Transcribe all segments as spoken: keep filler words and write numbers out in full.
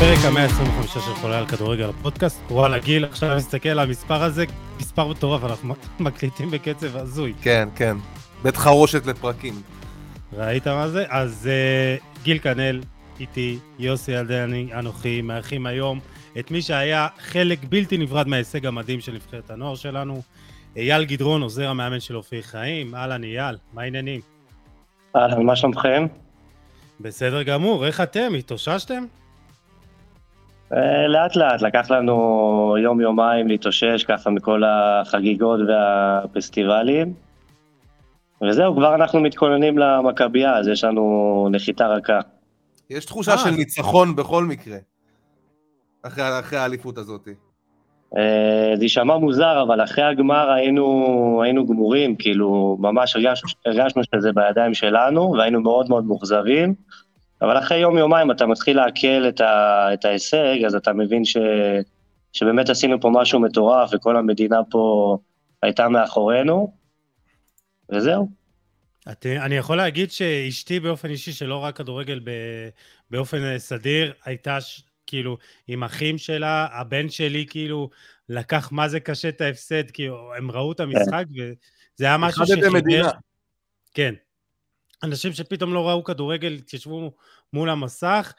הפרק ה-מאה עשרים וחמש של חולה על כדורגל הפודקאסט. וואלה גיל, עכשיו מסתכל על המספר הזה, מספר מטורף, אנחנו מקליטים בקצב הזוי. כן, כן, בית חרושת לפרקים. ראית מה זה? אז uh, גיל קנל, איתי, יוסי ילדני, אנוכי, מארחים היום את מי שהיה חלק בלתי נפרד מההישג המדהים של נבחרת הנוער שלנו, אייל גדרון, עוזר המאמן של אופיר חיים. אהלן אייל, מה העניינים? אהלן, מה שלומכם? בסדר גמור, איך אתם? התאוששתם? לאט לאט, לקח לנו יום יומיים להתאושש ככה מכל החגיגות והפסטיבלים, וזהו, כבר אנחנו מתכוננים למכבייה, אז יש לנו נחיתה רכה. יש תחושה של ניצחון בכל מקרה, אחרי, אחרי האליפות הזאת. זה יישמע מוזר, אבל אחרי הגמר היינו, היינו גמורים, כאילו ממש הרגשנו, הרגשנו שזה בידיים שלנו, והיינו מאוד מאוד מוחזבים, אבל אחרי יום יומיים אתה מתחיל להקל את, ה, את ההישג, אז אתה מבין ש, שבאמת עשינו פה משהו מטורף, וכל המדינה פה הייתה מאחורינו, וזהו. את, אני יכול להגיד שאשתי באופן אישי, שלא רק כדורגל באופן סדיר, הייתה כאילו עם אחים שלה, הבן שלי כאילו לקח מה זה קשה את ההפסד, כי הם ראו את המשחק, וזה היה משהו שחידש. כן. אנשים שפתאום לא ראו כדורגל, תשבו מול המסך,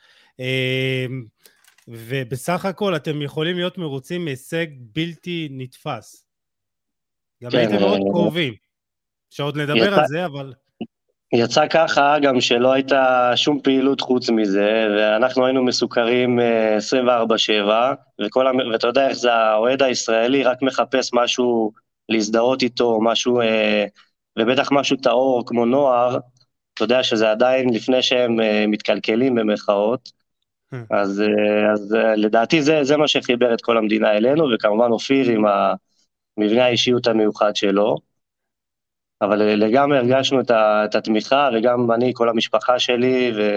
ובסך הכל אתם יכולים להיות מרוצים מהישג בלתי נתפס. גם הייתם מאוד קרובים, שעוד נדבר על זה, אבל... יצא ככה גם שלא הייתה שום פעילות חוץ מזה, ואנחנו היינו מסוכרים עשרים וארבע שבע, ואתה יודע איך זה, האוהד הישראלי רק מחפש משהו להזדהות איתו, משהו, ובטח משהו טהור כמו נוער, אתה יודע שזה עדיין לפני שהם מתקלקלים במחאות, אז, אז לדעתי זה, זה מה שחיבר את כל המדינה אלינו, וכמובן אופיר עם המבנה האישיות המיוחד שלו, אבל לגמרי הרגשנו את התמיכה, וגם אני, כל המשפחה שלי, ו,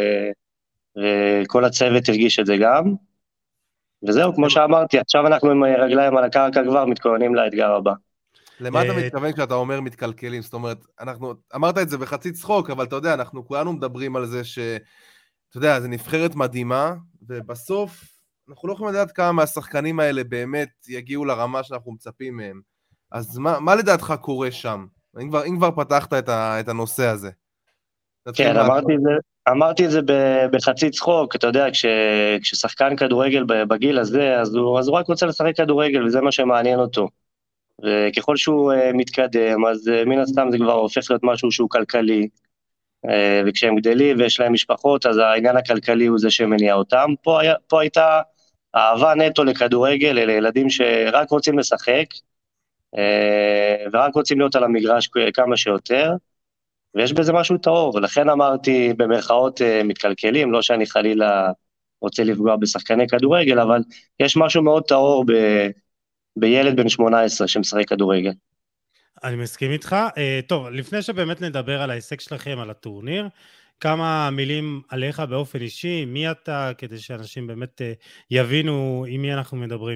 וכל הצוות הרגיש את זה גם, וזהו, כמו שאמרתי, עכשיו אנחנו עם רגליים על הקרקע כבר, מתכוננים לאתגר הבא. למה אתה מתכוון כשאתה אומר מתקלקלים? זאת אומרת, אנחנו, אמרת את זה בחצי צחוק, אבל אתה יודע, אנחנו כולנו מדברים על זה ש, אתה יודע, זה נבחרת מדהימה, ובסוף אנחנו לא יכולים לדעת כמה מהשחקנים האלה באמת יגיעו לרמה שאנחנו מצפים מהם. אז מה, מה לדעתך קורה שם? אם כבר, אם כבר פתחת את, ה, את הנושא הזה. כן, אמרתי את זה, אמרתי את זה בחצי צחוק, אתה יודע, כש, כששחקן כדורגל בגיל הזה, אז הוא, אז הוא רק רוצה לשחק כדורגל, וזה מה שמעניין אותו. וככל שהוא uh, מתקדם, אז uh, מן הסתם זה כבר הופך להיות משהו שהוא כלכלי, uh, וכשהם גדלים ויש להם משפחות, אז העניין הכלכלי הוא זה שמניע אותם. פה, היה, פה הייתה אהבה נטו לכדורגל, אלה ילדים שרק רוצים לשחק, uh, ורק רוצים להיות על המגרש כמה שיותר, ויש בזה משהו טהור, ולכן אמרתי במרכאות uh, מתקלקלים, לא שאני חלילה רוצה לפגוע בשחקני כדורגל, אבל יש משהו מאוד טהור ב... בילד בן שמונה עשרה שמשחק כדורגל. אני מסכים איתך. טוב, לפני שבאמת נדבר על ההישג שלכם, על הטורניר, כמה מילים עליך באופן אישי, מי אתה, כדי שאנשים באמת יבינו עם מי אנחנו מדברים.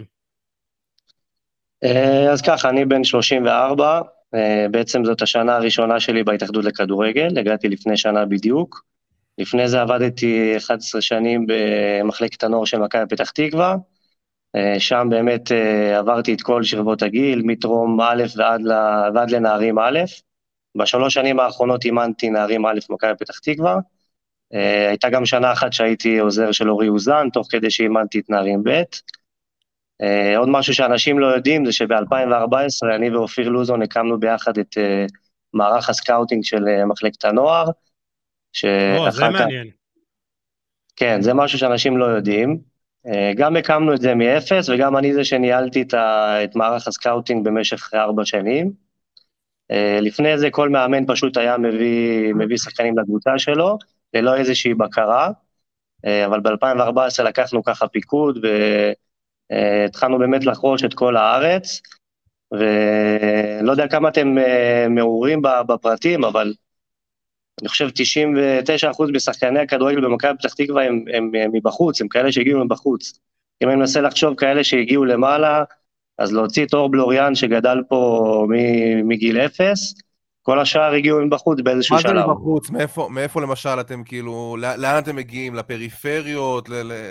אז ככה, אני בן שלושים וארבע, בעצם זאת השנה הראשונה שלי בהתאחדות לכדורגל, הגעתי לפני שנה בדיוק, לפני זה עבדתי אחת עשרה שנים במחלקת הנוער של מכבי פתח תקווה, שם באמת עברתי את כל שכבות הגיל, מטרום א' ועד, ועד לנערים א', בשלוש שנים האחרונות אימנתי נערים א' מכבי פתח תקווה, הייתה גם שנה אחת שהייתי עוזר של אורי אוזן, תוך כדי שאימנתי את נערים ב', עוד משהו שאנשים לא יודעים, זה שב-אלפיים וארבע עשרה אני ואופיר לוזון הקמנו ביחד את מערך הסקאוטינג של מחלקת הנוער, או, זה מעניין. כן, זה משהו שאנשים לא יודעים, גם הקמנו את זה מאפס, וגם אני זה שניהלתי את, ה, את מערך הסקאוטינג במשך ארבע שנים. לפני זה כל מאמן פשוט היה מביא, מביא שחקנים לקבוצה שלו, ללא איזושהי בקרה, אבל ב-אלפיים וארבע עשרה לקחנו ככה פיקוד, והתחלנו באמת לחרוש את כל הארץ, ולא יודע כמה אתם מעורים בפרטים, אבל אני חושב תשעים ותשעה אחוז בשחקני הכדורגל במכבי פתח תקווה הם, הם, הם מבחוץ, הם כאלה שהגיעו מבחוץ. אם אני מנסה לחשוב כאלה שהגיעו למעלה, אז להוציא את אור בלוריאן שגדל פה מגיל אפס, כל השאר הגיעו מבחוץ באיזשהו שלב. מה זה מבחוץ? מאיפה, מאיפה למשל אתם כאילו, לאן אתם מגיעים? לפריפריות? ל, ל,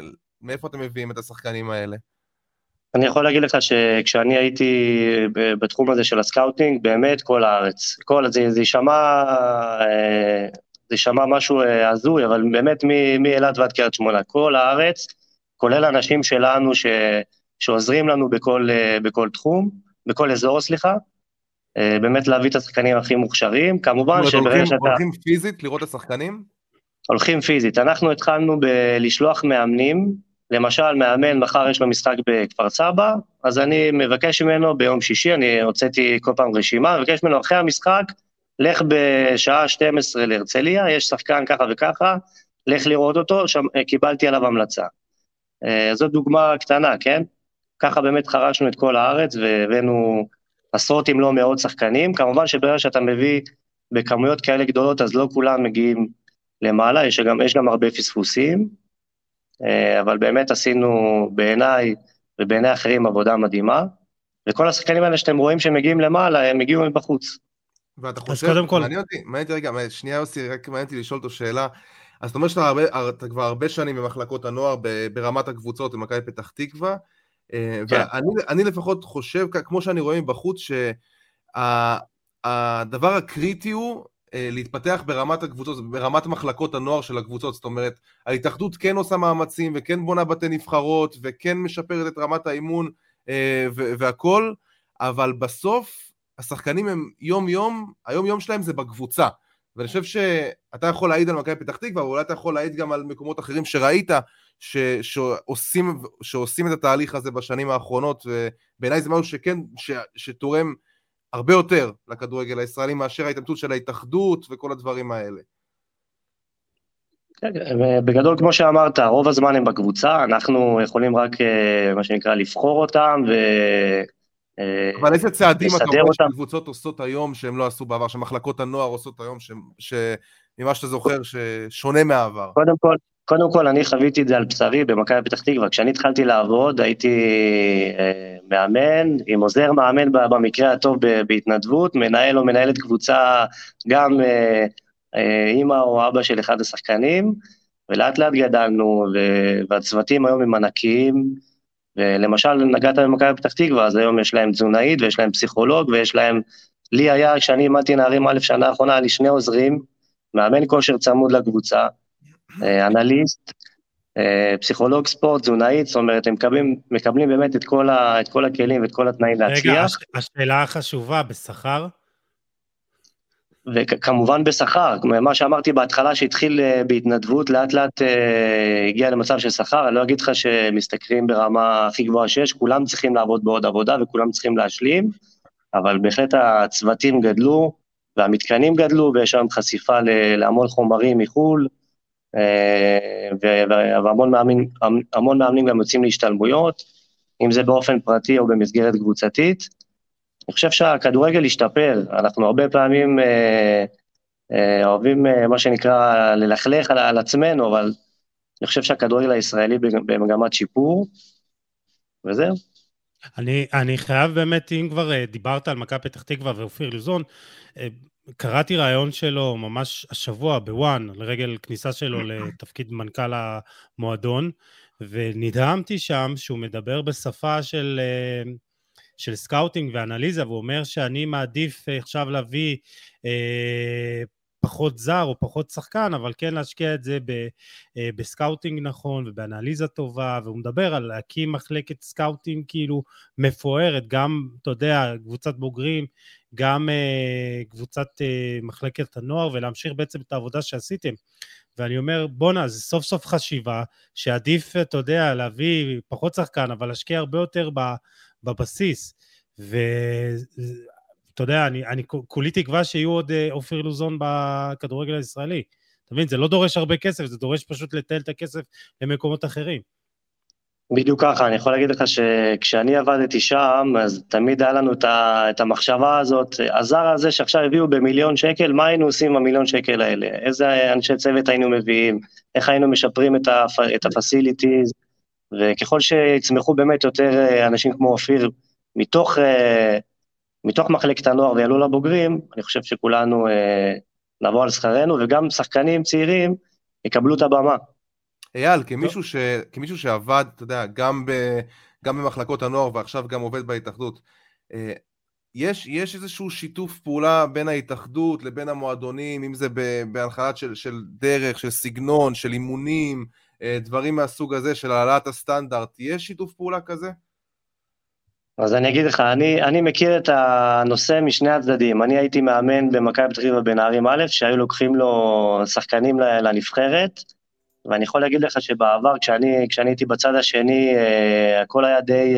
מאיפה אתם מביאים את השחקנים האלה? אני יכול להגיד לך שכשאני הייתי בתחום הזה של הסקאוטינג, באמת כל הארץ, כל זה, זה יישמע, זה יישמע משהו הזוי, אבל באמת מאילת ועד קריית שמונה, כל הארץ, כולל אנשים שלנו ש, שעוזרים לנו בכל, בכל תחום, בכל אזור, סליחה, באמת להביא את השחקנים הכי מוכשרים, כמובן שברגע שאתה... הולכים פיזית לראות את השחקנים? הולכים פיזית, אנחנו התחלנו בלשלוח מאמנים, למשל מאמן, מחר יש לו משחק בכפר סבא, אז אני מבקש ממנו ביום שישי, אני הוצאתי כל פעם רשימה, מבקש ממנו אחרי המשחק, לך בשעה שתים עשרה להרצליה, יש שחקן ככה וככה, לך לראות אותו, שם, קיבלתי עליו המלצה. זאת דוגמה קטנה, כן? ככה באמת חרשנו את כל הארץ, והבאנו עשרות אם לא מאות שחקנים, כמובן שברגע שאתה מביא בכמויות כאלה גדולות, אז לא כולם מגיעים למעלה, יש גם, יש גם הרבה פספוסים, אבל באמת עשינו בעיניי ובעיני אחרים עבודה מדהימה, וכל השחקנים האלה שאתם רואים שהם מגיעים למעלה, הם מגיעים מבחוץ. ואתה חושב, מעניין כל... אותי, מעניין אותי רגע, שנייה יוסי, רק מעניין אותי לשאול אותו שאלה, אז אתה אומר שאתה הרבה, אתה כבר הרבה שנים במחלקות הנוער, ברמת הקבוצות במכבי פתח תקווה, ואני אני לפחות חושב, כמו שאני רואה מבחוץ, שהדבר הקריטי הוא להתפתח ברמת הקבוצות, ברמת מחלקות הנוער של הקבוצות, זאת אומרת, ההתאחדות כן עושה מאמצים, וכן בונה בתי נבחרות, וכן משפרת את רמת האימון והכל, אבל בסוף השחקנים הם יום יום, היום יום שלהם זה בקבוצה, ואני חושב שאתה יכול להעיד על מכבי פתח תקווה, ואולי אתה יכול להעיד גם על מקומות אחרים שראית, ש, שעושים, שעושים את התהליך הזה בשנים האחרונות, ובעיניי זה משהו שכן, ש, שתורם הרבה יותר לכדורגל הישראלי, מאשר ההתאמתות של ההתאחדות וכל הדברים האלה. בגדול, כמו שאמרת, רוב הזמן הם בקבוצה, אנחנו יכולים רק, מה שנקרא, לבחור אותם, ו... אבל איזה צעדים אתה רואה שקבוצות עושות היום, שהם לא עשו בעבר, שמחלקות הנוער עושות היום, שממה שאתה זוכר, ששונה מהעבר? קודם כל, קודם כל, אני חוויתי את זה על בשרי במכבי פתח תקווה. כשאני התחלתי לעבוד, הייתי אה, מאמן, עם עוזר מאמן במקרה הטוב בהתנדבות, מנהל או מנהלת קבוצה, גם אה, אה, אמא או אבא של אחד השחקנים, ולאט לאט גדלנו, והצוותים היום הם ענקיים, ולמשל נגעת במכבי פתח תקווה, אז היום יש להם תזונאית, ויש להם פסיכולוג, ויש להם, לי היה, כשאני אימנתי נערים א' שנה האחרונה, היה לי שני עוזרים, מאמן כושר צמוד לקבוצה, אנליסט, פסיכולוג ספורט, תזונאית, זאת אומרת, הם מקבלים, מקבלים באמת את כל, ה, את כל הכלים ואת כל התנאים להצליח. רגע, השאלה החשובה, בשכר? וכמובן בשכר, מה שאמרתי בהתחלה שהתחיל בהתנדבות, לאט לאט הגיע למצב של שכר, אני לא אגיד לך שמסתכלים ברמה הכי גבוהה שיש, כולם צריכים לעבוד בעוד עבודה וכולם צריכים להשלים, אבל בהחלט הצוותים גדלו, והמתקנים גדלו, ויש שם חשיפה להמון חומרים מחול, והמון מאמנים, המון מאמנים גם יוצאים להשתלמויות, אם זה באופן פרטי או במסגרת קבוצתית. אני חושב שהכדורגל השתפר, אנחנו הרבה פעמים אה, אה, אוהבים אה, מה שנקרא ללכלך על, על עצמנו, אבל אני חושב שהכדורגל הישראלי במגמת שיפור, וזהו. אני, אני חייב באמת, אם כבר דיברת על מכבי פתח תקווה ואופיר לוזון, קראתי רעיון שלו ממש השבוע בוואן, לרגל כניסה שלו לתפקיד מנכ"ל המועדון, ונדהמתי שם שהוא מדבר בשפה של, של סקאוטינג ואנליזה, והוא אומר שאני מעדיף עכשיו להביא אה, פחות זר או פחות שחקן, אבל כן להשקיע את זה ב, אה, בסקאוטינג נכון ובאנליזה טובה, והוא מדבר על להקים מחלקת סקאוטינג כאילו מפוארת, גם, אתה יודע, קבוצת בוגרים, גם אה, קבוצת אה, מחלקת הנוער, ולהמשיך בעצם את העבודה שעשיתם. ואני אומר, בונה, זה סוף סוף חשיבה, שעדיף, אתה יודע, להביא פחות שחקן, אבל להשקיע הרבה יותר בבסיס. ואתה יודע, אני, אני כולי תקווה שיהיו עוד אופיר לוזון בכדורגל הישראלי. אתה מבין, זה לא דורש הרבה כסף, זה דורש פשוט לטייל את הכסף למקומות אחרים. בדיוק ככה, אני יכול להגיד לך שכשאני עבדתי שם, אז תמיד היה לנו את המחשבה הזאת, הזר הזה שעכשיו הביאו במיליון שקל, מה היינו עושים עם המיליון שקל האלה? איזה אנשי צוות היינו מביאים? איך היינו משפרים את הפסיליטיז? וככל שיצמחו באמת יותר אנשים כמו אופיר, מתוך, מתוך מחלקת הנוער ויעלו לבוגרים, אני חושב שכולנו נבוא על שכרנו, וגם שחקנים צעירים יקבלו את הבמה. אייל, כמישהו, ש... כמישהו שעבד, אתה יודע, גם, ב... גם במחלקות הנוער ועכשיו גם עובד בהתאחדות, יש, יש איזשהו שיתוף פעולה בין ההתאחדות לבין המועדונים, אם זה בהנחלת של, של דרך, של סגנון, של אימונים, דברים מהסוג הזה, של העלאת הסטנדרט, יש שיתוף פעולה כזה? אז אני אגיד לך, אני, אני מכיר את הנושא משני הצדדים. אני הייתי מאמן במכבי פתח תקווה בנערים א', שהיו לוקחים לו שחקנים לנבחרת, ואני יכול להגיד לך שבעבר, כשאני, כשאני הייתי בצד השני, הכל היה די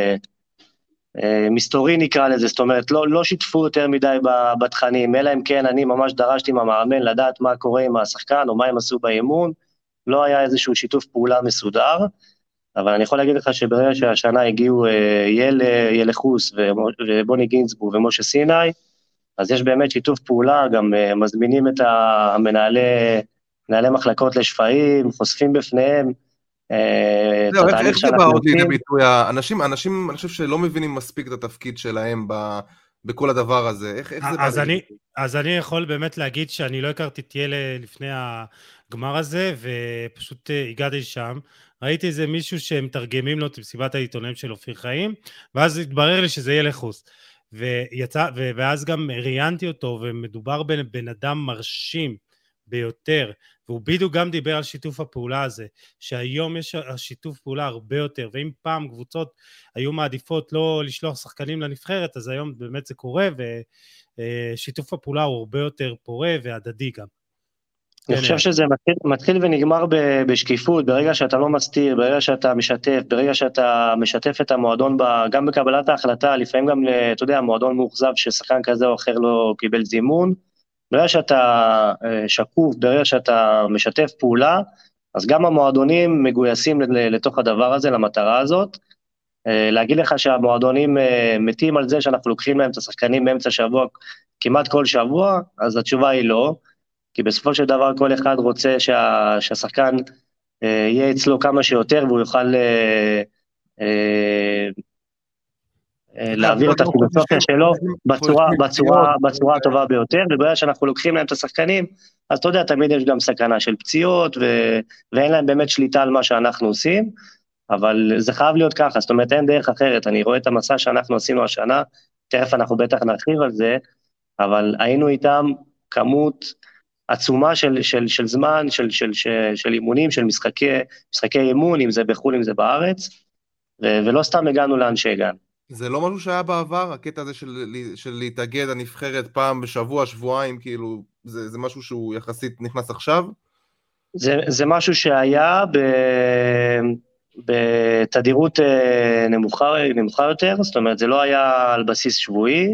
מסתורי נקרא לזה, זאת אומרת, לא, לא שיתפו יותר מדי בתכנים, אלא אם כן אני ממש דרשתי מהמאמן לדעת מה קורה עם השחקן, או מה הם עשו באימון, לא היה איזשהו שיתוף פעולה מסודר, אבל אני יכול להגיד לך שברגע שהשנה הגיעו יל, ילחוס ובוני גינצבורג ומשה סיני, אז יש באמת שיתוף פעולה, גם מזמינים את המנהלי, מנהלי מחלקות לשפעים, חושפים בפניהם, זהו, איך זה בא עוד לידי ביטוי? אנשים, אנשים, אני חושב שלא מבינים מספיק את התפקיד שלהם בכל הדבר הזה. איך זה בא לידי ביטוי? אז אני יכול באמת להגיד שאני לא הכרתי את ילה לפני הגמר הזה, ופשוט הגעתי שם, ראיתי איזה מישהו שהם תרגמים לו את מסיבת העיתונאים של אופיר חיים, ואז התברר לי שזה יהיה לחוס. ויצא, ואז גם ראיינתי אותו, ומדובר בבן אדם מרשים ביותר, והוא בדיוק גם דיבר על שיתוף הפעולה הזה, שהיום יש שיתוף פעולה הרבה יותר, ואם פעם קבוצות היו מעדיפות לא לשלוח שחקנים לנבחרת, אז היום באמת זה קורה, ושיתוף הפעולה הוא הרבה יותר פורה והדדי גם. אני חושב שזה מתחיל, מתחיל ונגמר בשקיפות, ברגע שאתה לא מסתיר, ברגע שאתה משתף, ברגע שאתה משתף את המועדון, גם בקבלת ההחלטה, לפעמים גם, אתה יודע, המועדון מאוכזב ששחקן כזה או אחר לא קיבל זימון, ברגע שאתה שקוף, ברגע שאתה משתף פעולה, אז גם המועדונים מגויסים לתוך הדבר הזה, למטרה הזאת, להגיד לך שהמועדונים מתים על זה שאנחנו לוקחים להם את השחקנים באמצע שבוע, כמעט כל שבוע, אז התשובה היא לא, כי בסופו של דבר כל אחד רוצה שה, שהשחקן אה, יהיה אצלו כמה שיותר, והוא יוכל אה, אה, אה, להעביר את הפילוסופיה שלו בצורה, בצורה, בצורה הטובה ביותר, וברגע שאנחנו לוקחים להם את השחקנים, אז אתה יודע, תמיד יש גם סכנה של פציעות, ו, ואין להם באמת שליטה על מה שאנחנו עושים, אבל זה חייב להיות ככה, זאת אומרת אין דרך אחרת, אני רואה את המסע שאנחנו עשינו השנה, תכף אנחנו בטח נרחיב על זה, אבל היינו איתם כמות עצומה של, של, של זמן, של, של, של, של אימונים, של משחקי, משחקי אימון, אם זה בחול, אם זה בארץ, ו, ולא סתם הגענו לאן שהגענו. זה לא משהו שהיה בעבר, הקטע הזה של, של להתאגד הנבחרת פעם בשבוע, שבועיים, כאילו, זה, זה משהו שהוא יחסית נכנס עכשיו? זה, זה משהו שהיה ב, בתדירות נמוכה, נמוכה יותר, זאת אומרת, זה לא היה על בסיס שבועי,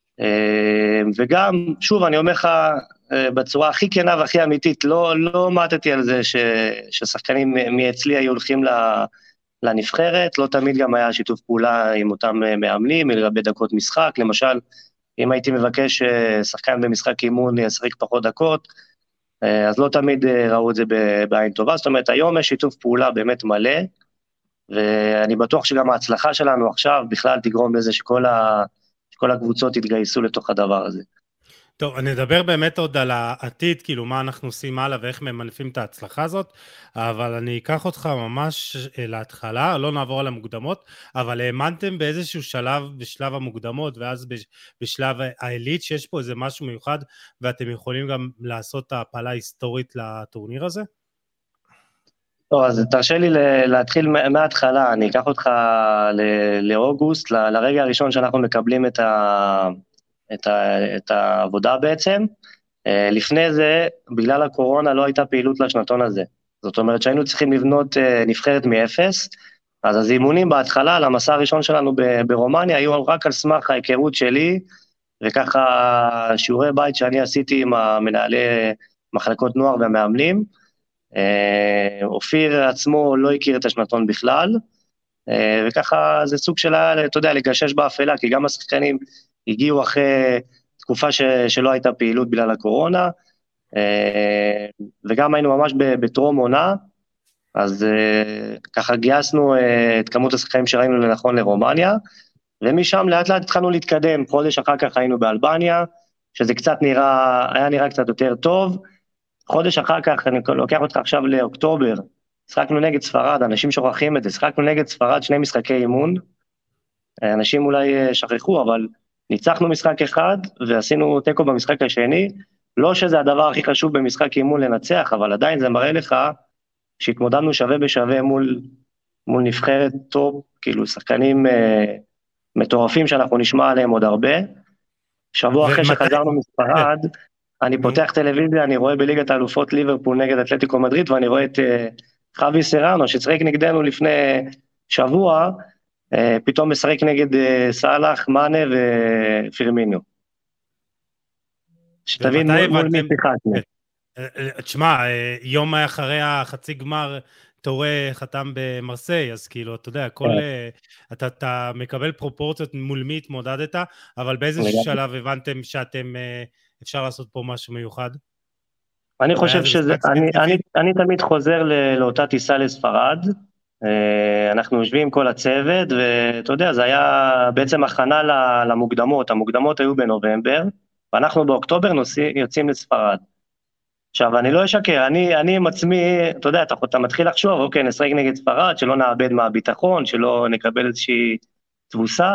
וגם, שוב, אני אומר לך, בצורה הכי כנה והכי אמיתית, לא, לא מעטתי על זה ש, ששחקנים מאצלי היו הולכים לנבחרת, לא תמיד גם היה שיתוף פעולה עם אותם מאמנים, לגבי דקות משחק, למשל, אם הייתי מבקש שחקן במשחק אימון ישחק פחות דקות, אז לא תמיד ראו את זה בעין טובה, זאת אומרת, היום יש שיתוף פעולה באמת מלא, ואני בטוח שגם ההצלחה שלנו עכשיו בכלל תגרום לזה שכל, ה, שכל הקבוצות יתגייסו לתוך הדבר הזה. טוב, אני אדבר באמת עוד על העתיד, כאילו מה אנחנו עושים הלאה ואיך ממנפים את ההצלחה הזאת, אבל אני אקח אותך ממש להתחלה, לא נעבור על המוקדמות, אבל האמנתם באיזשהו שלב, בשלב המוקדמות, ואז בשלב העילית, שיש פה איזה משהו מיוחד, ואתם יכולים גם לעשות את ההפלה ההיסטורית לטורניר הזה? טוב, אז תרשה לי להתחיל מההתחלה, אני אקח אותך לאוגוסט, לרגע הראשון שאנחנו מקבלים את ה... את, ה, את העבודה בעצם. לפני זה, בגלל הקורונה לא הייתה פעילות לשנתון הזה. זאת אומרת שהיינו צריכים לבנות נבחרת מאפס, אז הזימונים בהתחלה, למסע הראשון שלנו ברומניה, היו רק על סמך ההיכרות שלי, וככה שיעורי בית שאני עשיתי עם המנהלי מחלקות נוער והמאמנים. אופיר עצמו לא הכיר את השנתון בכלל, וככה זה סוג שלה, אתה יודע, לגשש באפלה, כי גם השחקנים הגיעו אחרי תקופה ש, שלא הייתה פעילות בגלל הקורונה, וגם היינו ממש בטרום עונה, אז ככה גייסנו את כמות השחקנים שראינו לנכון לרומניה, ומשם לאט לאט התחלנו להתקדם, חודש אחר כך היינו באלבניה, שזה קצת נראה, היה נראה קצת יותר טוב, חודש אחר כך, אני לוקח אותך עכשיו לאוקטובר, שחקנו נגד ספרד, אנשים שוכחים את זה, שחקנו נגד ספרד שני משחקי אימון, אנשים אולי שכחו, אבל ניצחנו משחק אחד, ועשינו תיקו במשחק השני, לא שזה הדבר הכי חשוב במשחק אימון לנצח, אבל עדיין זה מראה לך, שהתמודדנו שווה בשווה מול, מול נבחרת טופ, כאילו שחקנים אה, מטורפים שאנחנו נשמע עליהם עוד הרבה, שבוע אחרי שחזרנו מספרד, אני פותח טלוויזיה, אני רואה בליגת האלופות ליברפול נגד אתלטיקו מדריד, ואני רואה את אה, חווי סרנו, שצריק נגדנו לפני שבוע, אה, פתאום משחק נגד אה, סלאח, מאנה ופירמינו. שתבין מול מי שיחקנו. תשמע, יום אחרי החצי גמר, תורה חתם במרסיי, אז כאילו, אתה יודע, כל, אתה, אתה מקבל פרופורציות מול מי התמודדת, אבל באיזה שלב הבנתם שאתם, אפשר לעשות פה משהו מיוחד? אני חושב שזה, אני, אני, אני תמיד חוזר לאותה טיסה לספרד, אנחנו יושבים כל הצוות, ואתה יודע, זה היה בעצם הכנה למוקדמות, המוקדמות היו בנובמבר, ואנחנו באוקטובר נוסעים, יוצאים לספרד. עכשיו, אני לא אשקר, אני, אני עם עצמי, אתה יודע, אתה, אתה מתחיל לחשוב, אוקיי, נשחק נגד ספרד, שלא נאבד מהביטחון, שלא נקבל איזושהי תבוסה,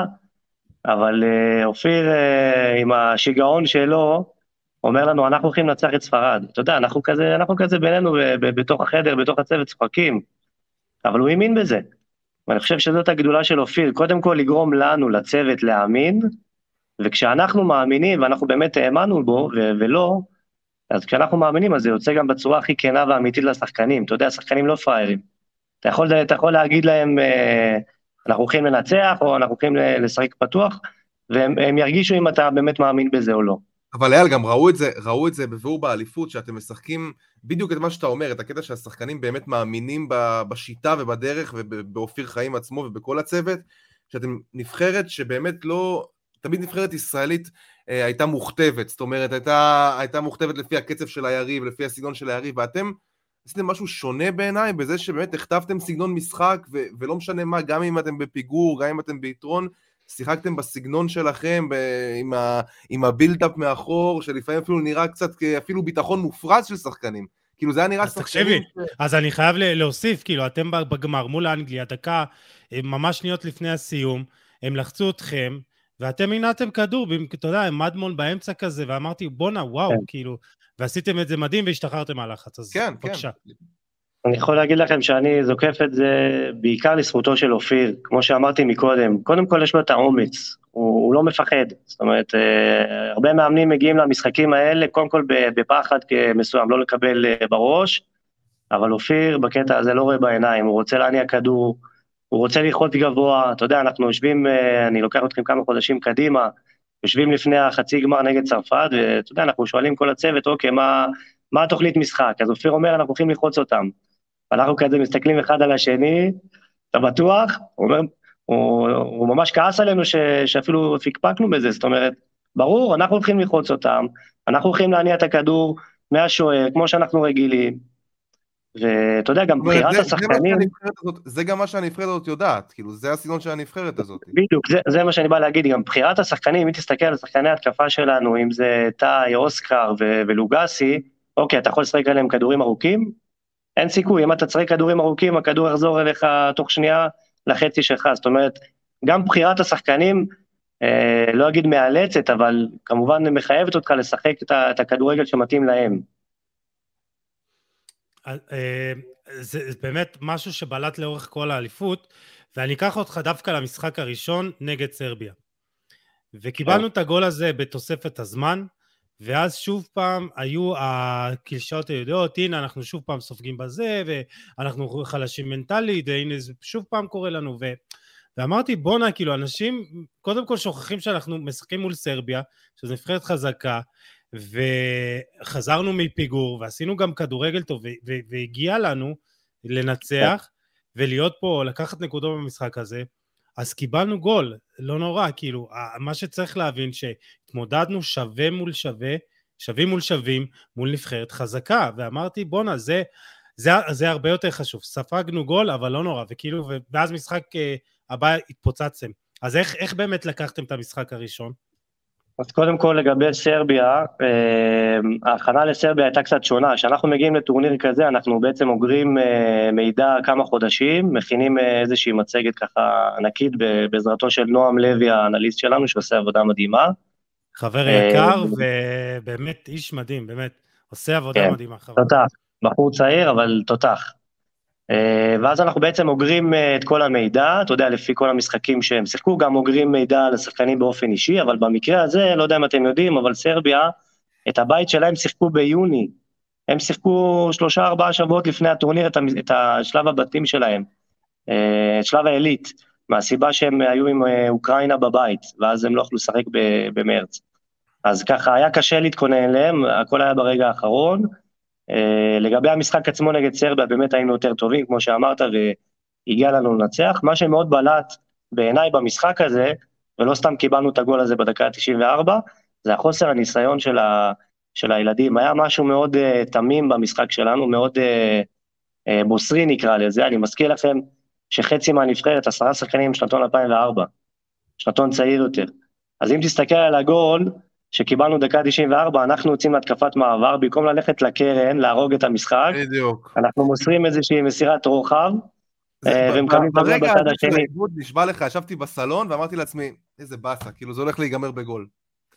אבל אה, אופיר, אה, עם השיגעון שלו, אומר לנו, אנחנו הולכים לנצח את ספרד. אתה יודע, אנחנו כזה, אנחנו כזה בינינו, ב, ב, בתוך החדר, בתוך הצוות צוחקים, אבל הוא האמין בזה. ואני חושב שזאת הגדולה של אופיר, קודם כל לגרום לנו, לצוות, להאמין, וכשאנחנו מאמינים, ואנחנו באמת האמנו בו, ו- ולא, אז כשאנחנו מאמינים, אז זה יוצא גם בצורה הכי כנה ואמיתית לשחקנים. אתה יודע, השחקנים לא פריירים. אתה יכול, אתה יכול להגיד להם, אנחנו הולכים לנצח, או אנחנו הולכים לשחק פתוח, והם ירגישו אם אתה באמת מאמין בזה או לא. אבל אייל, גם ראו את זה, ראו את זה בביאור באליפות, שאתם משחקים בדיוק את מה שאתה אומר, את הקטע שהשחקנים באמת מאמינים בשיטה ובדרך, ובאופיר חיים עצמו ובכל הצוות, שאתם נבחרת שבאמת לא, תמיד נבחרת ישראלית אה, הייתה מוכתבת, זאת אומרת, הייתה, הייתה מוכתבת לפי הקצב של היריב, לפי הסגנון של היריב, ואתם עשיתם משהו שונה בעיניי, בזה שבאמת הכתבתם סגנון משחק, ו- ולא משנה מה, גם אם אתם בפיגור, גם אם אתם ביתרון, שיחקתם בסגנון שלכם, ב- עם, ה- עם הבילדאפ מאחור, שלפעמים אפילו נראה קצת אפילו ביטחון מופרז של שחקנים. כאילו זה היה נראה שחקנים... תקשיבי, אז אני חייב להוסיף, כאילו, אתם בגמר מול האנגליה, דקה, ממש שניות לפני הסיום, הם לחצו אתכם, ואתם מנעתם כדור, אתה יודע, עם מדמון באמצע כזה, ואמרתי, בונה, וואו, כן. כאילו, ועשיתם את זה מדהים, והשתחררתם מהלחץ, אז כן, בבקשה. כן. אני יכול להגיד לכם שאני זוקף את זה בעיקר לזכותו של אופיר, כמו שאמרתי מקודם, קודם כל יש לו את האומץ, הוא, הוא לא מפחד, זאת אומרת, אה, הרבה מאמנים מגיעים למשחקים האלה, קודם כל בפחד מסוים, לא לקבל אה, בראש, אבל אופיר בקטע הזה לא רואה בעיניים, הוא רוצה להניע כדור, הוא רוצה ללחוץ גבוה, אתה יודע, אנחנו יושבים, אני לוקח אתכם כמה חודשים קדימה, יושבים לפני החצי גמר נגד צרפת, ואתה יודע, אנחנו שואלים כל הצוות, אוקיי, מה, מה התוכנית משחק? אז אופיר אומר, אנחנו הולכים ללחוץ אותם. אנחנו כזה מסתכלים אחד על השני, אתה בטוח? הוא אומר, הוא, הוא ממש כעס עלינו ש, שאפילו פיקפקנו בזה, זאת אומרת, ברור, אנחנו הולכים ללחוץ אותם, אנחנו הולכים להניע את הכדור מהשוער, כמו שאנחנו רגילים, ואתה יודע, גם בחירת זה, השחקנים... זה, זה גם מה שהנבחרת הזאת יודעת, כאילו, זה הסגנון של הנבחרת הזאת. בדיוק, זה, זה מה שאני בא להגיד, גם בחירת השחקנים, אם תסתכל על שחקני התקפה שלנו, אם זה טאי, אוסקר ו- ולוגסי, אוקיי, אתה יכול לשחק עליהם כדורים ארוכים? אין סיכוי, אם אתה צריך כדורים ארוכים, הכדור יחזור אליך תוך שנייה לחצי שלך, זאת אומרת, גם בחירת השחקנים, אה, לא אגיד מאלצת, אבל כמובן מחייבת אותך לשחק את, ה- את הכדורגל שמתאים להם. זה באמת משהו שבלט לאורך כל האליפות, ואני אקח אותך דווקא למשחק הראשון נגד סרביה. וקיבלנו את הגול הזה בתוספת הזמן, ואז שוב פעם היו הקלישאות הידועות, הנה אנחנו שוב פעם סופגים בזה, ואנחנו חלשים מנטלית, והנה זה שוב פעם קורה לנו, ו... ואמרתי בונה, כאילו אנשים קודם כל שוכחים שאנחנו משחקים מול סרביה, שזו נבחרת חזקה, וחזרנו מפיגור, ועשינו גם כדורגל טוב, והגיע לנו לנצח, ולהיות פה, לקחת נקודות במשחק הזה, אז קיבלנו גול, לא נורא, כאילו, מה שצריך להבין, שהתמודדנו שווה מול שווה, שווים מול שווים, מול נבחרת חזקה, ואמרתי, בונה, זה, זה, זה הרבה יותר חשוב, ספגנו גול, אבל לא נורא, וכאילו, ואז משחק הבא התפוצצתם, אז איך, איך באמת לקחתם את המשחק הראשון? אז קודם כל לגבי סרביה, ההכנה לסרביה הייתה קצת שונה, כשאנחנו מגיעים לטורניר כזה, אנחנו בעצם אוגרים מידע כמה חודשים, מכינים איזושהי מצגת ככה ענקית, בעזרתו של נועם לוי, האנליסט שלנו, שעושה עבודה מדהימה. חבר יקר, ובאמת איש מדהים, באמת, עושה עבודה מדהימה. תותח, בחור צעיר, אבל תותח. ואז אנחנו בעצם אוגרים את כל המידע, אתה יודע, לפי כל המשחקים שהם שיחקו, גם אוגרים מידע לשחקנים באופן אישי, אבל במקרה הזה, לא יודע אם אתם יודעים, אבל סרביה, את הבית שלהם שיחקו ביוני, הם שיחקו שלושה ארבעה שבועות לפני הטורניר, את השלב הבתים שלהם, את שלב העילית, מהסיבה שהם היו עם אוקראינה בבית, ואז הם לא יכלו לשחק במרץ. אז ככה, היה קשה להתכונן אליהם, הכל היה ברגע האחרון, Uh, לגבי המשחק עצמו נגד סרביה, באמת היינו יותר טובים, כמו שאמרת, והגיע לנו לנצח. מה שמאוד בלט בעיניי במשחק הזה, ולא סתם קיבלנו את הגול הזה בדקה ה-תשעים וארבע, זה החוסר הניסיון של, ה, של הילדים. היה משהו מאוד uh, תמים במשחק שלנו, מאוד uh, uh, בוסרי נקרא לזה. אני מזכיר לכם שחצי מהנבחרת, עשרה שחקנים שנתון אלפיים וארבע, שנתון צעיר יותר. אז אם תסתכל על הגול, שקיבלנו דקה תשעים וארבע, אנחנו יוצאים להתקפת מעבר, במקום ללכת לקרן, להרוג את המשחק, בדיוק. אנחנו מוסרים איזושהי מסירת רוחב, ומקבלים את הגול בצד השני. ברגע האיגוד, נשבע לך, ישבתי בסלון, ואמרתי לעצמי, איזה באסה, כאילו זה הולך להיגמר בגול.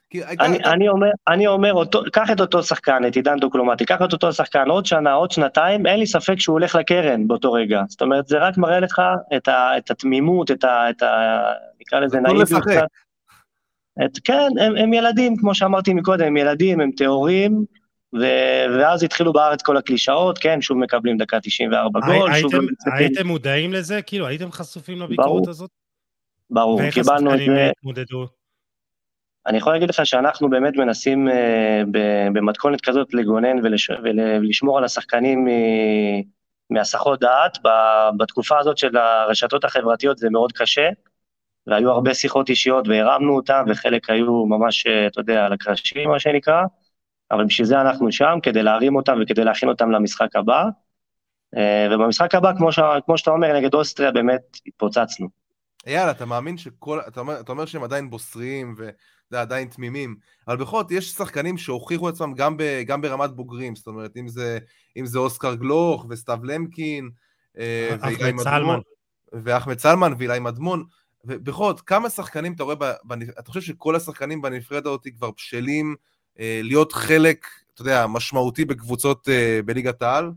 אני אומר, קח את אותו שחקן, את עידן דוקלומטי, קח את אותו שחקן, עוד שנה, עוד שנתיים, אין לי ספק שהוא הולך לקרן באותו רגע. זאת אומרת, זה רק מראה לך את התמימות, את ה... נקרא לזה נאיביות קצת. את, כן, הם, הם ילדים, כמו שאמרתי מקודם, הם ילדים, הם תיאורים, ו, ואז התחילו בארץ כל הקלישאות, כן, שוב מקבלים דקה תשעים וארבע גול. הייתם, שוב הייתם מודעים לזה? כאילו, הייתם חשופים לביקורת ברור, הזאת? ברור, ואיך קיבלנו את השחקנים זה. התמודדו? אני יכול להגיד לך שאנחנו באמת מנסים uh, במתכונת כזאת לגונן ולש, ולשמור על השחקנים מ- מהסחות דעת. בתקופה הזאת של הרשתות החברתיות זה מאוד קשה, והיו הרבה שיחות אישיות והרמנו אותם, וחלק היו ממש, אתה יודע, על הקרשים, מה שנקרא, אבל בשביל זה אנחנו שם, כדי להרים אותם וכדי להכין אותם למשחק הבא, ובמשחק הבא, כמו, ש... כמו שאתה אומר, נגד אוסטריה, באמת התפוצצנו. אייל, אתה מאמין שכל, אתה אומר, אתה אומר שהם עדיין בוסריים, וזה עדיין תמימים, אבל בכל זאת, יש שחקנים שהוכיחו עצמם גם, ב... גם ברמת בוגרים, זאת אומרת, אם זה, אם זה אוסקר גלוך, וסטאב למקין, אחמד סלמן, ואחמד סלמן, ואילי מדמון, ובכל זאת, כמה שחקנים אתה רואה, אתה חושב שכל השחקנים בנפרד אותי כבר בשלים אה, להיות חלק, אתה יודע, משמעותי בקבוצות אה, בליגת העל?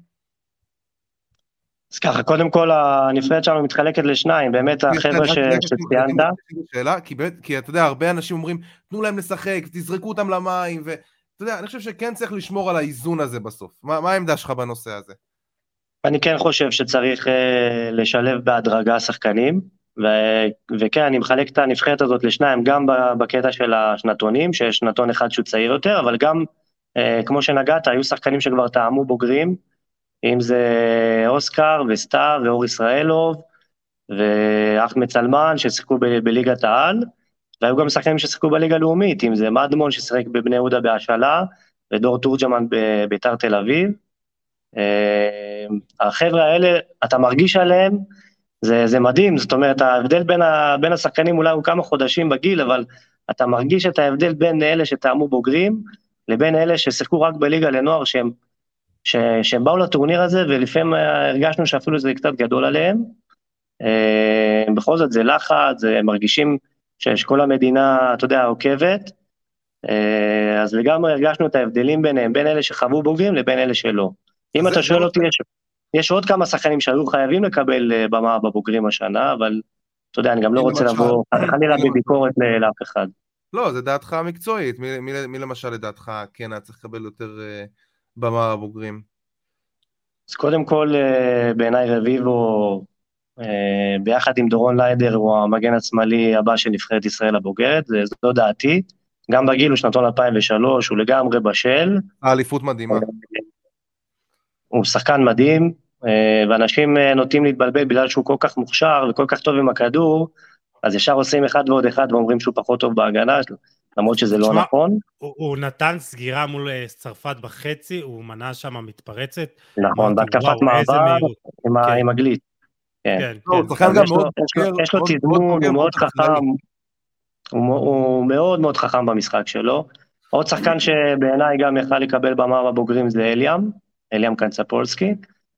אז ככה, קודם כל הנפרד שלנו מתחלקת לשניים, באמת החבר'ה שציינת. שאלה, כי, כי אתה יודע, הרבה אנשים אומרים, תנו להם לשחק, תזרקו אותם למים, ואתה יודע, אני חושב שכן צריך לשמור על האיזון הזה בסוף. מה, מה העמדה שלך בנושא הזה? אני כן חושב שצריך אה, לשלב בהדרגה שחקנים, ו- וכן, אני מחלק את הנבחרת הזאת לשניים, גם בקטע של השנתונים, שיש שנתון אחד שהוא צעיר יותר, אבל גם, אה, כמו שנגעת, היו שחקנים שכבר טעמו בוגרים, אם זה אוסקר וסטאב ואור ישראלוב, ואחמד סלמן ששיחקו ב- בליגת העל, והיו גם שחקנים ששיחקו בליגה הלאומית, אם זה מדמון ששיחק בבני יהודה בהשאלה, ודור תורג'מן בביתר תל אביב. אה, החבר'ה האלה, אתה מרגיש עליהם, זה, זה מדהים, זאת אומרת, ההבדל בין, ה, בין השחקנים אולי הוא כמה חודשים בגיל, אבל אתה מרגיש את ההבדל בין אלה שטעמו בוגרים, לבין אלה ששיחקו רק בליגה לנוער, שהם, ש, שהם באו לטורניר הזה, ולפעמים הרגשנו שאפילו זה קצת גדול עליהם. בכל זאת זה לחץ, זה מרגישים שכל המדינה, אתה יודע, עוקבת, אז לגמרי הרגשנו את ההבדלים ביניהם, בין אלה שחוו בוגרים לבין אלה שלא. אם אתה שואל אותי, יש... יש עוד כמה שחקנים שהיו חייבים לקבל במה בבוגרים השנה, אבל אתה יודע, אני גם לא רוצה לבוא, חלילה בביקורת לאף אחד. לא, זה דעתך המקצועית, מי, מי, מי למשל לדעתך כן היה צריך לקבל יותר במה בבוגרים? אז קודם כל, בעיניי רביבו, ביחד עם דורון ליידר, הוא המגן השמאלי הבא של נבחרת ישראל הבוגרת, זו דעתי, גם בגיל הוא שנתון אלפיים ושלוש, הוא לגמרי בשל. האליפות מדהימה. הוא שחקן מדהים, ואנשים נוטים להתבלבל בגלל שהוא כל כך מוכשר וכל כך טוב עם הכדור, אז ישר עושים אחד ועוד אחד ואומרים שהוא פחות טוב בהגנה, למרות שזה לא נכון. הוא, הוא נתן סגירה מול צרפת בחצי, הוא מנע שם מתפרצת. נכון, בהתקפת מעבר עם, כן. עם הגלית. כן. כן, לא, כן. שחקן גם מאוד יש לו תזמון, הוא מאוד חכם. הוא, הוא מאוד מאוד חכם במשחק שלו. עוד שחקן שבעיניי גם יכל לקבל במה בבוגרים זה אליאם, אליאם קנצפולסקי,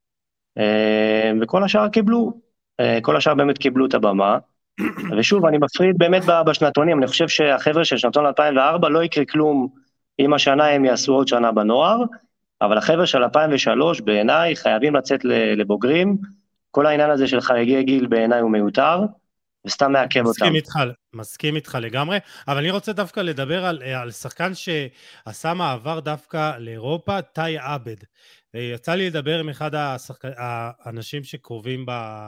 וכל השאר קיבלו, כל השאר באמת קיבלו את הבמה, ושוב, אני מפריד באמת בשנתונים, אני חושב שהחבר'ה של שנתון אלפיים וארבע לא יקרה כלום אם השנה הם יעשו עוד שנה בנוער, אבל החבר'ה של אלפיים ושלוש בעיניי חייבים לצאת לבוגרים, כל העניין הזה של חריגי גיל בעיניי הוא מיותר, וסתם מעכב אותם. מסכים איתך, מסכים איתך לגמרי, אבל אני רוצה דווקא לדבר על, על שחקן שעשה מעבר דווקא לאירופה, טאי עבד. יצא לי לדבר עם אחד השחק... האנשים שקרובים ב...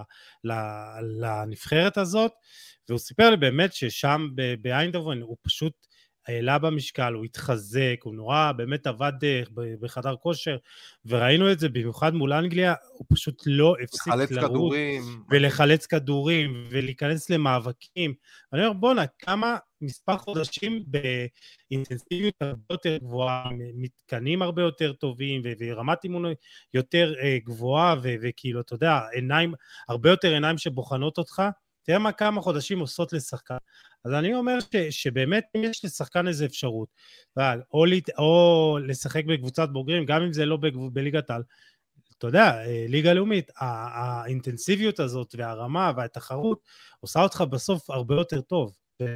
לנבחרת הזאת, והוא סיפר לי באמת ששם באיינדהובן הוא פשוט העלה במשקל, הוא התחזק, הוא נורא באמת עבד בחדר כושר, וראינו את זה במיוחד מול אנגליה, הוא פשוט לא הפסיק לרוץ, ולחלץ כדורים, ולהיכנס למאבקים. אני אומר, בוא נה, כמה מספר חודשים באינטנסיביות הרבה יותר גבוהה, מתקנים הרבה יותר טובים, ורמת אימון יותר גבוהה, וכאילו, אתה יודע, עיניים, הרבה יותר עיניים שבוחנות אותך, תראה מה כמה חודשים עושות לשחקן. אז אני אומר ש, שבאמת אם יש לשחקן איזו אפשרות, או, או לשחק בקבוצת בוגרים, גם אם זה לא בליגת העל, אתה יודע, ליגה לאומית, האינטנסיביות הזאת והרמה והתחרות, עושה אותך בסוף הרבה יותר טוב.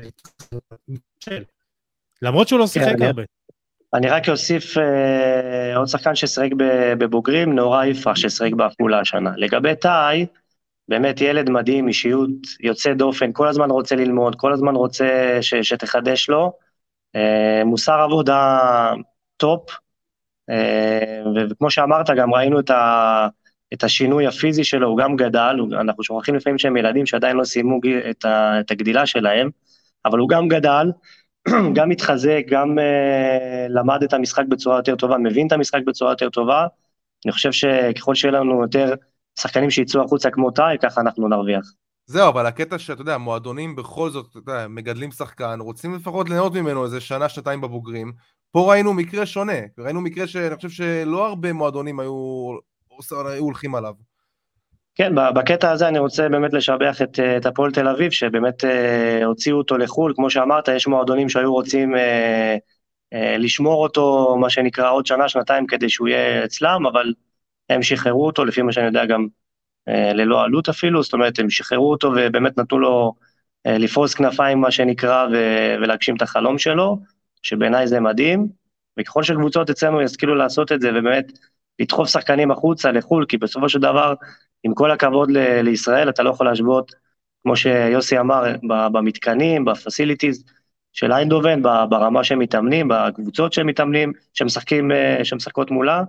למרות שהוא לא שיחק הרבה. אני רק אוסיף עוד שחקן ששחק בבוגרים, נורא יפרח ששחק בעפולה השנה. לגבי טאי, באמת ילד מדהים, אישיות יוצא דופן, כל הזמן רוצה ללמוד, כל הזמן רוצה ש, שתחדש לו, אה, מוסר עבודה טופ, אה, וכמו שאמרת גם ראינו את, ה, את השינוי הפיזי שלו, הוא גם גדל, הוא, אנחנו שוכחים לפעמים שהם ילדים שעדיין לא סיימו את, ה, את הגדילה שלהם, אבל הוא גם גדל, גם מתחזק, גם אה, למד את המשחק בצורה יותר טובה, מבין את המשחק בצורה יותר טובה, אני חושב שככל שיהיה לנו יותר שחקנים שיצאו החוצה כמו טאי, ככה אנחנו נרוויח. זהו, אבל הקטע שאתה יודע, מועדונים בכל זאת, אתה יודע, מגדלים שחקן, רוצים לפחות ליהנות ממנו איזה שנה, שנתיים בבוגרים, פה ראינו מקרה שונה, ראינו מקרה שאני חושב שלא הרבה מועדונים היו, היו הולכים עליו. כן, בקטע הזה אני רוצה באמת לשבח את, את הפועל תל אביב, שבאמת אה, הוציאו אותו לחול, כמו שאמרת, יש מועדונים שהיו רוצים אה, אה, לשמור אותו, מה שנקרא עוד שנה, שנתיים, כדי שהוא יהיה אצלם, אבל הם שחררו אותו, לפי מה שאני יודע גם אה, ללא עלות אפילו, זאת אומרת, הם שחררו אותו ובאמת נתנו לו אה, לפרוס כנפיים, מה שנקרא, ו- ולהגשים את החלום שלו, שבעיניי זה מדהים, וככל שקבוצות אצלנו ישכילו לעשות את זה, ובאמת לדחוף שחקנים החוצה לחול, כי בסופו של דבר, עם כל הכבוד ל- לישראל, אתה לא יכול להשוות, כמו שיוסי אמר, במתקנים, בפסיליטיז של איינדהובן, ברמה שהם מתאמנים, בקבוצות שהם מתאמנים, שמשחקים, שמשחקות מולה,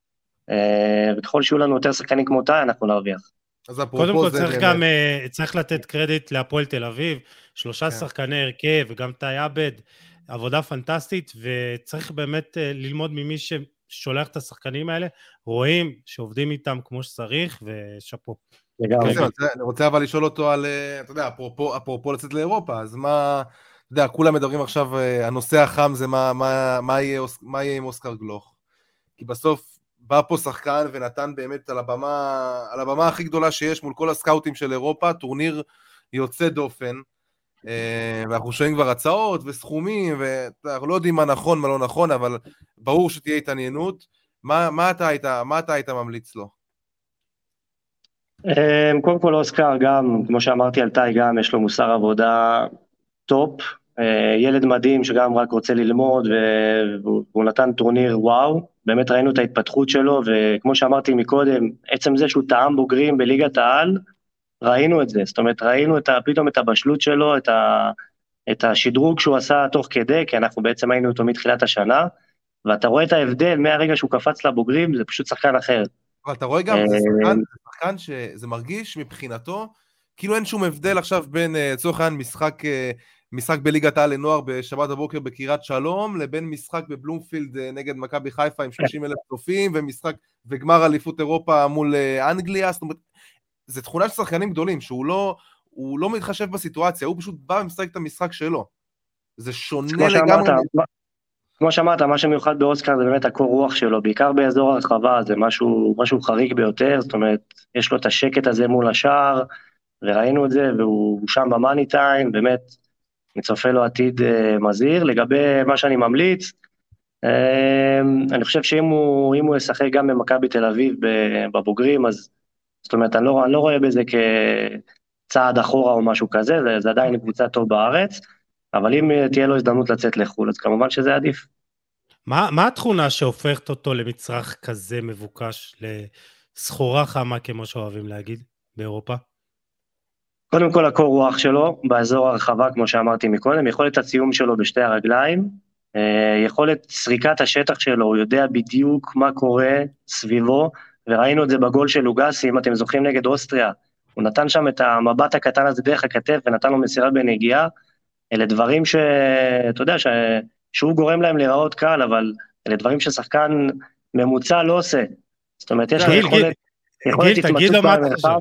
וככל שיהיו לנו יותר שחקנים כמו טאי, אנחנו נרוויח. קודם כל צריך גם, צריך לתת קרדיט להפועל תל אביב, שלושה שחקני הרכב, וגם טאי עבד, עבודה פנטסטית, וצריך באמת ללמוד ממי ששולח את השחקנים האלה, רואים שעובדים איתם כמו שצריך, ושפו. אני רוצה אבל לשאול אותו על, אתה יודע, אפרופו לצאת לאירופה, אז מה, אתה יודע, כולם מדברים עכשיו, הנושא החם זה מה יהיה עם אוסקר גלוך, כי בסוף בא פה שחקן ונתן באמת על הבמה, על הבמה הכי גדולה שיש מול כל הסקאוטים של אירופה, טורניר יוצא דופן, ואנחנו שומעים כבר הצעות וסכומים, ואנחנו לא יודעים מה נכון, מה לא נכון, אבל ברור שתהיה התעניינות. מה, מה אתה היית, מה אתה היית ממליץ לו? קודם כל אוסקר גם, כמו שאמרתי על טאי גם, יש לו מוסר עבודה טופ, ילד מדהים שגם רק רוצה ללמוד, והוא נתן טורניר וואו, באמת ראינו את ההתפתחות שלו, וכמו שאמרתי מקודם, עצם זה שהוא טעם בוגרים בליגת העל, ראינו את זה, זאת אומרת, ראינו את, פתאום את הבשלות שלו, את, ה, את השדרוג שהוא עשה תוך כדי, כי אנחנו בעצם היינו אותו מתחילת השנה, ואתה רואה את ההבדל מהרגע שהוא קפץ לבוגרים, זה פשוט שחקן אחר. אבל אתה רואה גם, זה שחקן, זה שחקן שזה מרגיש מבחינתו, כאילו אין שום הבדל עכשיו בין, לצורך העניין, משחק, משחק בליגת העל לנוער בשבת הבוקר בקירת שלום, לבין משחק בבלומפילד נגד מכבי חיפה עם שלושים אלף צופים, ומשחק, וגמר אליפות אירופה מול אנגליה, זאת אומרת, זה תכונה של שחקנים גדולים, שהוא לא, הוא לא מתחשב בסיטואציה, הוא פשוט בא ומשחק את המשחק שלו. זה שונה לגמרי. כמו שאמרת, מה שמיוחד באוסקר זה באמת הקור רוח שלו, בעיקר באזור הרחבה, זה משהו, משהו חריג ביותר, זאת אומרת, יש לו את השקט הזה מול השער, וראינו את זה, והוא שם במאני טיים, באמת, אני צופה לו עתיד מזהיר. לגבי מה שאני ממליץ, אני חושב שאם הוא, אם הוא ישחק גם במכבי תל אביב בבוגרים, אז זאת אומרת, אני לא, אני לא רואה בזה כצעד אחורה או משהו כזה, זה, זה עדיין קבוצה טוב בארץ, אבל אם תהיה לו הזדמנות לצאת לחו"ל, אז כמובן שזה עדיף. מה, מה התכונה שהופכת אותו למצרך כזה מבוקש, לסחורה חמה, כמו שאוהבים להגיד, באירופה? קודם כל, הקור רוח שלו, באזור הרחבה, כמו שאמרתי מקודם, יכולת הציום שלו בשתי הרגליים, יכולת סריקת השטח שלו, הוא יודע בדיוק מה קורה סביבו, וראינו את זה בגול של לוגסי, אם אתם זוכרים נגד אוסטריה, הוא נתן שם את המבט הקטן הזה דרך הכתף, ונתן לו מסירה בנגיעה, אלה דברים שאתה יודע, ש... שהוא גורם להם להיראות קל, אבל אלה דברים ששחקן ממוצע לא עושה. זאת אומרת, יש לו יכולת... גיל, תגיד לו מה אתה חושב.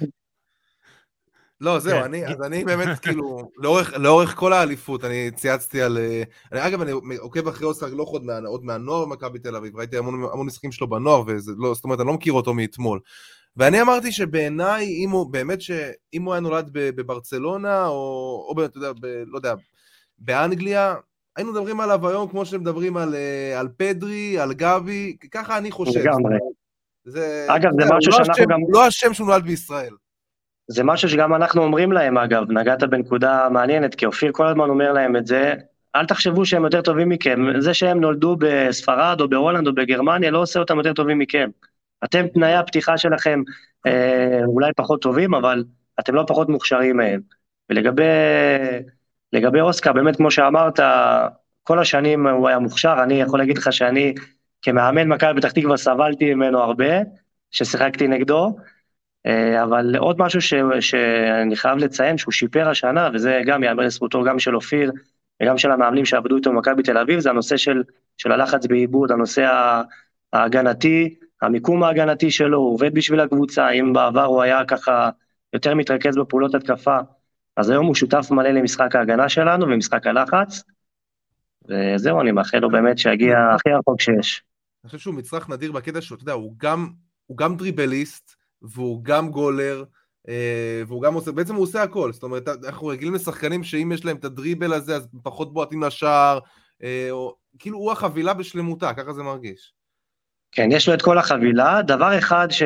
לא, זהו, אני, אז אני באמת, כאילו, לאורך, לאורך כל האליפות, אני צייצתי על, אני, אגב, אני עוקב אחרי אוסקר גלוך עוד, מה, עוד מהנוער במכבי תל אביב, ראיתי המון, המון משחקים שלו בנוער, וזה לא, זאת אומרת, אני לא מכיר אותו מאתמול. ואני אמרתי שבעיניי, אם הוא, באמת שאם הוא היה נולד בברצלונה, או, או אתה יודע, ב, לא יודע, באנגליה, היינו מדברים עליו היום, כמו שמדברים על, על פדרי, על גבי, ככה אני חושב. זה, אגב, זה משהו לא שאנחנו השם, גם... לא השם שהוא נולד בישראל. זה משהו שגם אנחנו אומרים להם, אגב, נגעת בנקודה מעניינת, כי אופיר כל הזמן אומר להם את זה, אל תחשבו שהם יותר טובים מכם, זה שהם נולדו בספרד או בהולנד או בגרמניה, לא עושה אותם יותר טובים מכם. אתם, תנאי הפתיחה שלכם אה, אולי פחות טובים, אבל אתם לא פחות מוכשרים מהם. ולגבי לגבי אוסקר, באמת כמו שאמרת, כל השנים הוא היה מוכשר, אני יכול להגיד לך שאני כמאמן מכבי פתח תקווה סבלתי ממנו הרבה, ששיחקתי נגדו, אבל עוד משהו ש, שאני חייב לציין, שהוא שיפר השנה, וזה גם יאמר לזכותו גם של אופיר, וגם של המאמנים שעבדו איתו במכבי תל אביב, זה הנושא של, של הלחץ בעיבוד, הנושא ההגנתי, המיקום ההגנתי שלו, הוא עובד בשביל הקבוצה, אם בעבר הוא היה ככה יותר מתרכז בפעולות התקפה, אז היום הוא שותף מלא למשחק ההגנה שלנו, ומשחק הלחץ, וזהו, אני מאחל לו באמת שיגיע הכי רחוק שיש. אני חושב שהוא מצרך נדיר בקטע שהוא, אתה יודע, הוא גם, הוא גם דריבליסט, והוא גם גולר, והוא גם עושה, בעצם הוא עושה הכל, זאת אומרת, אנחנו רגילים לשחקנים שאם יש להם את הדריבל הזה, אז פחות בועטים לשער, או, כאילו הוא החבילה בשלמותה, ככה זה מרגיש. כן, יש לו את כל החבילה, דבר אחד ש...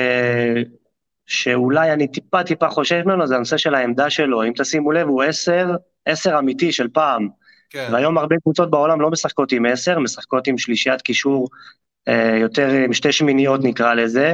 שאולי אני טיפה טיפה חושב ממנו, זה הנושא של העמדה שלו, אם תשימו לב, הוא עשר, עשר אמיתי של פעם, כן. והיום הרבה קבוצות בעולם לא משחקות עם עשר, משחקות עם שלישיית קישור, יותר עם שתי שמיניות נקרא לזה,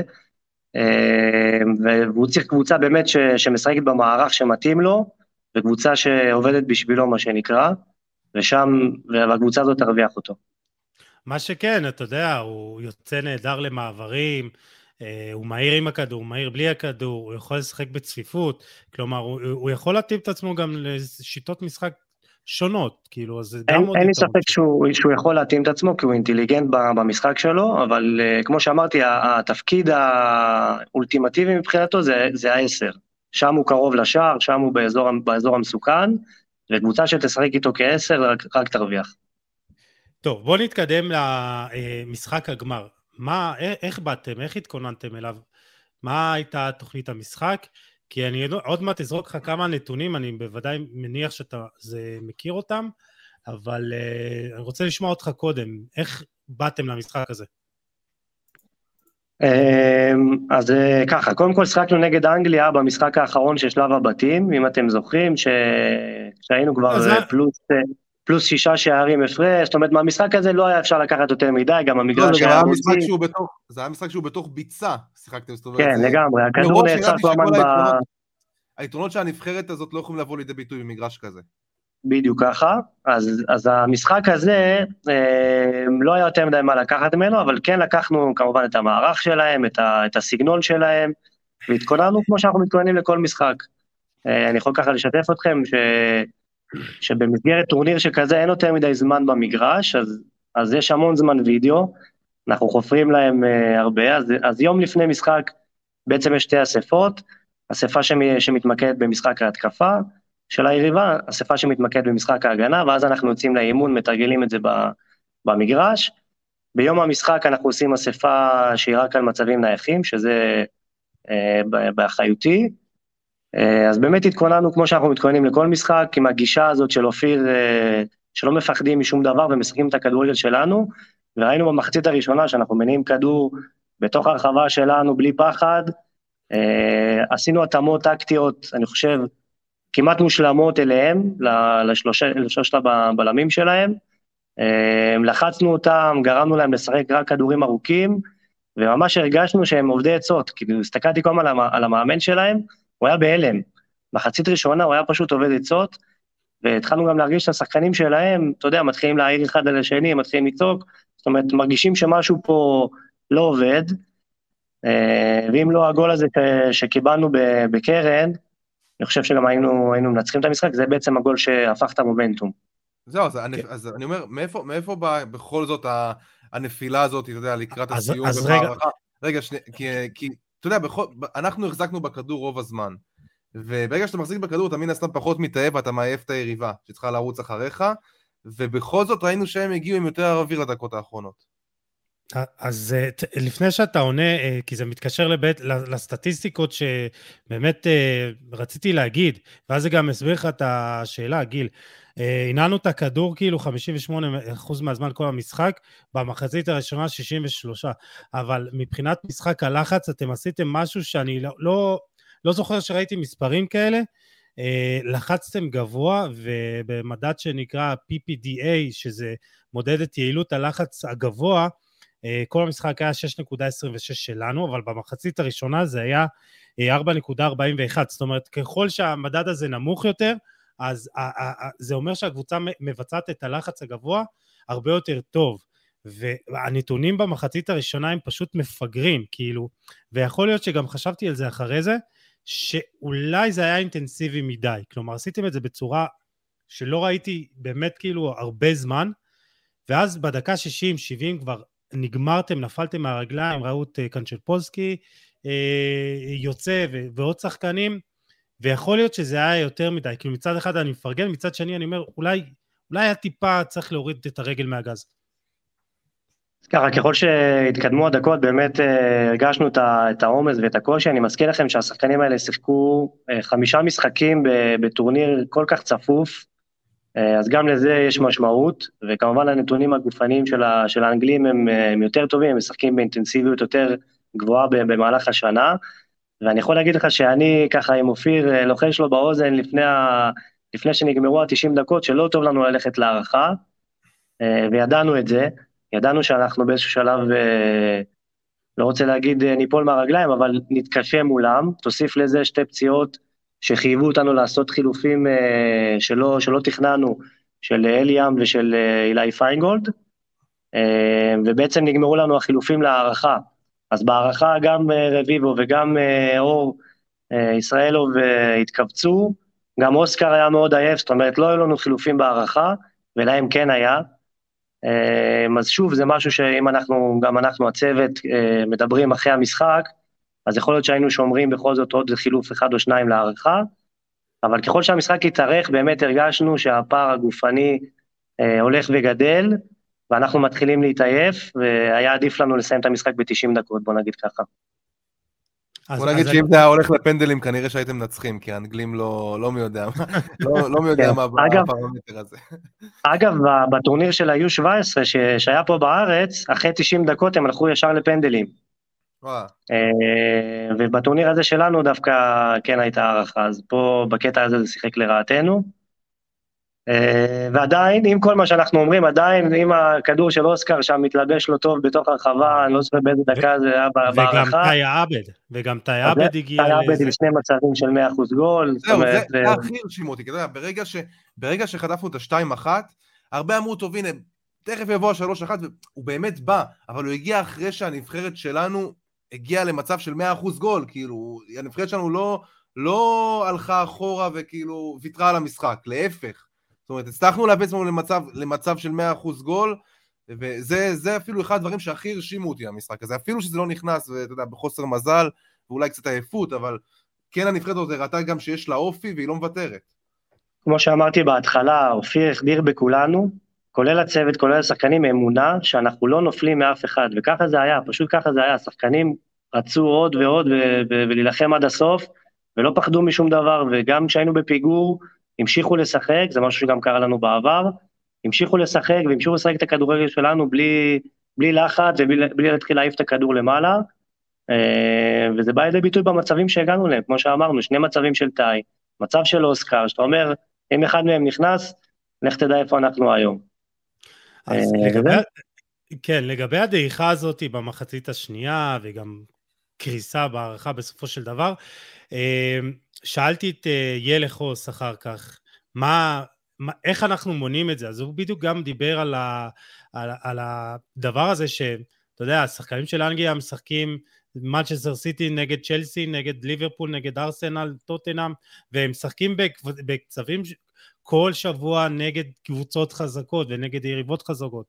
והוא צריך קבוצה באמת ש, שמשחקת במערך שמתאים לו, וקבוצה שעובדת בשבילו מה שנקרא, ושם, והקבוצה הזאת תרוויח אותו. מה שכן, אתה יודע, הוא יוצא נהדר למעברים, הוא מהיר עם הכדור, הוא מהיר בלי הכדור, הוא יכול לשחק בצפיפות, כלומר, הוא, הוא יכול להתאים את עצמו גם לשיטות משחק שונות, כאילו, אז אין, גם אין לי ספק שהוא, שהוא יכול להתאים את עצמו, כי הוא אינטליגנט במשחק שלו, אבל כמו שאמרתי, התפקיד האולטימטיבי מבחינתו זה, זה העשר. שם הוא קרוב לשער, שם הוא באזור, באזור המסוכן, וקבוצה שתשחק איתו כעשר, רק, רק תרוויח. טוב, בואו נתקדם למשחק הגמר. מה, איך באתם, איך התכוננתם אליו? מה הייתה תוכנית המשחק? כי אני עוד מעט אזרוק לך כמה נתונים, אני בוודאי מניח שאתה זה מכיר אותם, אבל uh, אני רוצה לשמוע אותך קודם, איך באתם למשחק הזה? אז ככה, קודם כל שחקנו נגד אנגליה במשחק האחרון של שלב הבתים, אם אתם זוכרים, ש... שהיינו כבר פלוס... פלוס שישה שערים הפרש, זאת אומרת, מהמשחק הזה לא היה אפשר לקחת יותר מדי, גם המגרש היה משחק שהוא בתוך, זה היה משחק שהוא בתוך ביצה, שיחקתם, זאת אומרת. כן, לגמרי, הכדור נעצר כל הזמן ב... היתרונות שהנבחרת הזאת לא יכולים לבוא לידי ביטוי במגרש כזה. בדיוק ככה, אז, אז המשחק הזה אה, לא היה יותר מדי מה לקחת ממנו, אבל כן לקחנו כמובן את המערך שלהם, את, ה, את הסגנון שלהם, והתכוננו כמו שאנחנו מתכוננים לכל משחק. אה, אני יכול ככה לשתף אתכם ש... שבמסגרת טורניר שכזה אין יותר מדי זמן במגרש, אז, אז יש המון זמן וידאו, אנחנו חופרים להם uh, הרבה, אז, אז יום לפני משחק בעצם יש שתי אספות, אספה שמתמקדת במשחק ההתקפה של היריבה, אספה שמתמקדת במשחק ההגנה, ואז אנחנו יוצאים לאימון, מתרגלים את זה במגרש, ביום המשחק אנחנו עושים אספה שהיא רק על מצבים נייחים, שזה uh, באחריותי, אז באמת התכוננו כמו שאנחנו מתכוננים לכל משחק, עם הגישה הזאת של אופיר, שלא מפחדים משום דבר ומשחקים את הכדורגל שלנו, וראינו במחצית הראשונה שאנחנו מניעים כדור בתוך הרחבה שלנו בלי פחד, עשינו התאמות טקטיות, אני חושב, כמעט מושלמות אליהם, לשלושת הבלמים שלהם, לחצנו אותם, גרמנו להם לשחק רק כדורים ארוכים, וממש הרגשנו שהם עובדי עצות, כי הסתכלתי כל הזמן על המאמן שלהם, הוא היה בהלם, מחצית ראשונה הוא היה פשוט עובד עצות, והתחלנו גם להרגיש את השחקנים שלהם, אתה יודע, מתחילים להעיר אחד על השני, מתחילים לצעוק, זאת אומרת, מרגישים שמשהו פה לא עובד, ואם לא הגול הזה שקיבלנו בקרן, אני חושב שגם היינו, היינו מנצחים את המשחק, זה בעצם הגול שהפך את המומנטום. זהו, אז אני, אז אני אומר, מאיפה, מאיפה בא בכל זאת הנפילה הזאת, אתה יודע, לקראת הסיום ובהערכה? רגע, שני, כי, כי, אתה יודע, בכל, אנחנו החזקנו בכדור רוב הזמן, וברגע שאתה מחזיק בכדור, אתה מן הסתם פחות מתאהב, ואתה מעייף את היריבה, שצריכה לרוץ אחריך, ובכל זאת ראינו שהם הגיעו עם יותר אוויר לדקות האחרונות. אז לפני שאתה עונה, כי זה מתקשר לבית, לסטטיסטיקות שבאמת רציתי להגיד, ואז זה גם מסביר לך את השאלה, גיל, עיננו את הכדור כאילו חמישים ושמונה אחוז מהזמן כל המשחק, במחצית הראשונה שישים ושלוש, אבל מבחינת משחק הלחץ, אתם עשיתם משהו שאני לא, לא, לא זוכר שראיתי מספרים כאלה, לחצתם גבוה, ובמדד שנקרא פי פי די איי, שזה מודד את יעילות הלחץ הגבוה, כל המשחק היה שש נקודה עשרים ושש שלנו, אבל במחצית הראשונה זה היה ארבע נקודה ארבעים ואחת, זאת אומרת, ככל שהמדד הזה נמוך יותר, אז זה אומר שהקבוצה מבצעת את הלחץ הגבוה הרבה יותר טוב, והנתונים במחצית הראשונה הם פשוט מפגרים, כאילו, ויכול להיות שגם חשבתי על זה אחרי זה, שאולי זה היה אינטנסיבי מדי, כלומר, עשיתם את זה בצורה שלא ראיתי באמת כאילו הרבה זמן, ואז בדקה שישים שבעים כבר נגמרתם, נפלתם מהרגליים, ראו את קנצ'לפולסקי יוצא ועוד שחקנים, ויכול להיות שזה היה יותר מדי, כאילו מצד אחד אני מפרגן, מצד שני אני אומר, אולי, אולי היה טיפה צריך להוריד את הרגל מהגז. ככה, ככל שהתקדמו הדקות, באמת הרגשנו את העומס ואת הקושי, אני מזכיר לכם שהשחקנים האלה שיחקו חמישה משחקים בטורניר כל כך צפוף, אז גם לזה יש משמעות, וכמובן הנתונים הגופניים של, ה, של האנגלים הם, הם יותר טובים, הם משחקים באינטנסיביות יותר גבוהה במהלך השנה, ואני יכול להגיד לך שאני ככה עם אופיר לוחש לו באוזן לפני, ה, לפני שנגמרו ה-תשעים דקות, שלא טוב לנו ללכת להערכה, וידענו את זה, ידענו שאנחנו באיזשהו שלב, לא רוצה להגיד ניפול מהרגליים, אבל נתקשה מולם, תוסיף לזה שתי פציעות, שחייבו אותנו לעשות חילופים שלא, שלא תכננו, של אליאם ושל אילי פיינגולד, ובעצם נגמרו לנו החילופים להערכה, אז בהערכה גם רביבו וגם אור ישראלוב התקבצו, גם אוסקר היה מאוד עייף, זאת אומרת לא היו לנו חילופים בהערכה, ולהם כן היה, אז שוב זה משהו שאם אנחנו, גם אנחנו הצוות מדברים אחרי המשחק, אז יכול להיות שהיינו שומרים בכל זאת עוד חילוף אחד או שניים להערכה, אבל ככל שהמשחק יתארך, באמת הרגשנו שהפער הגופני אה, הולך וגדל, ואנחנו מתחילים להתעייף, והיה עדיף לנו לסיים את המשחק ב-תשעים דקות, בוא נגיד ככה. בוא נגיד שאם זה היה הולך לפנדלים, כנראה שהייתם נצחים, כי האנגלים לא, לא מי יודע, לא, לא מי יודע מה הפרמטר הזה. אגב, בטורניר של ה-יו שבע עשרה, שהיה פה בארץ, אחרי תשעים דקות הם הלכו ישר לפנדלים. ובטורניר הזה שלנו דווקא כן הייתה הערכה, אז פה בקטע הזה זה שיחק לרעתנו, ועדיין, עם כל מה שאנחנו אומרים, עדיין, עם הכדור של אוסקר שם מתלבש לו טוב בתוך הרחבה, אני לא זוכר באיזה דקה זה היה בהערכה. וגם תאי עבד, וגם תאי עבד הגיע לזה. תאי עבד עם שני מצבים של מאה אחוז גול. זהו, זה הכי הרשים אותי, ברגע שחטפנו את ה-שתיים אחת, הרבה אמרו טוב, הנה, תכף יבוא ה-שלוש אחת, והוא באמת בא, אבל הוא הגיע אחרי שהנבחרת שלנו הגיע למצב של מאה אחוז גול, כאילו, הנבחרת שלנו לא, לא הלכה אחורה וכאילו ויתרה על המשחק, להפך. זאת אומרת, הצלחנו להביא עצמנו למצב, למצב של מאה אחוז גול, וזה זה אפילו אחד הדברים שהכי הרשימו אותי המשחק הזה, אפילו שזה לא נכנס, ואתה יודע, בחוסר מזל, ואולי קצת עייפות, אבל כן הנבחרת הזאת הראתה גם שיש לה אופי, והיא לא מוותרת. כמו שאמרתי בהתחלה, אופיר החדיר בכולנו, כולל הצוות, כולל השחקנים, אמונה שאנחנו לא נופלים מאף אחד, וככה זה היה, פשוט ככה זה היה, השחקנים רצו עוד ועוד ולהילחם עד הסוף, ולא פחדו משום דבר, וגם כשהיינו בפיגור, המשיכו לשחק, זה משהו שגם קרה לנו בעבר, המשיכו לשחק, והמשיכו לשחק את הכדורגל שלנו, בלי, בלי לחץ, ובלי להתחיל להעיף את הכדור למעלה, וזה בא לידי ביטוי במצבים שהגענו להם, כמו שאמרנו, שני מצבים של טאי, מצב של אוסקר, שאתה אומר, אם אחד מהם נכנס, לך תדע איפה אנחנו היום. אז לגבי, כן, לגבי הדעיכה הזאת במחצית השנייה, וגם קריסה בערכה בסופו של דבר, שאלתי את ילחוס אחר כך, מה, מה, איך אנחנו מונים את זה? אז הוא בדיוק גם דיבר על, ה, על, על הדבר הזה שאתה יודע, השחקנים של אנגליה משחקים מנצ'סטר סיטי נגד צ'לסי, נגד ליברפול, נגד ארסנל, טוטנהאם, והם משחקים בקצבים כל שבוע נגד קבוצות חזקות ונגד יריבות חזקות,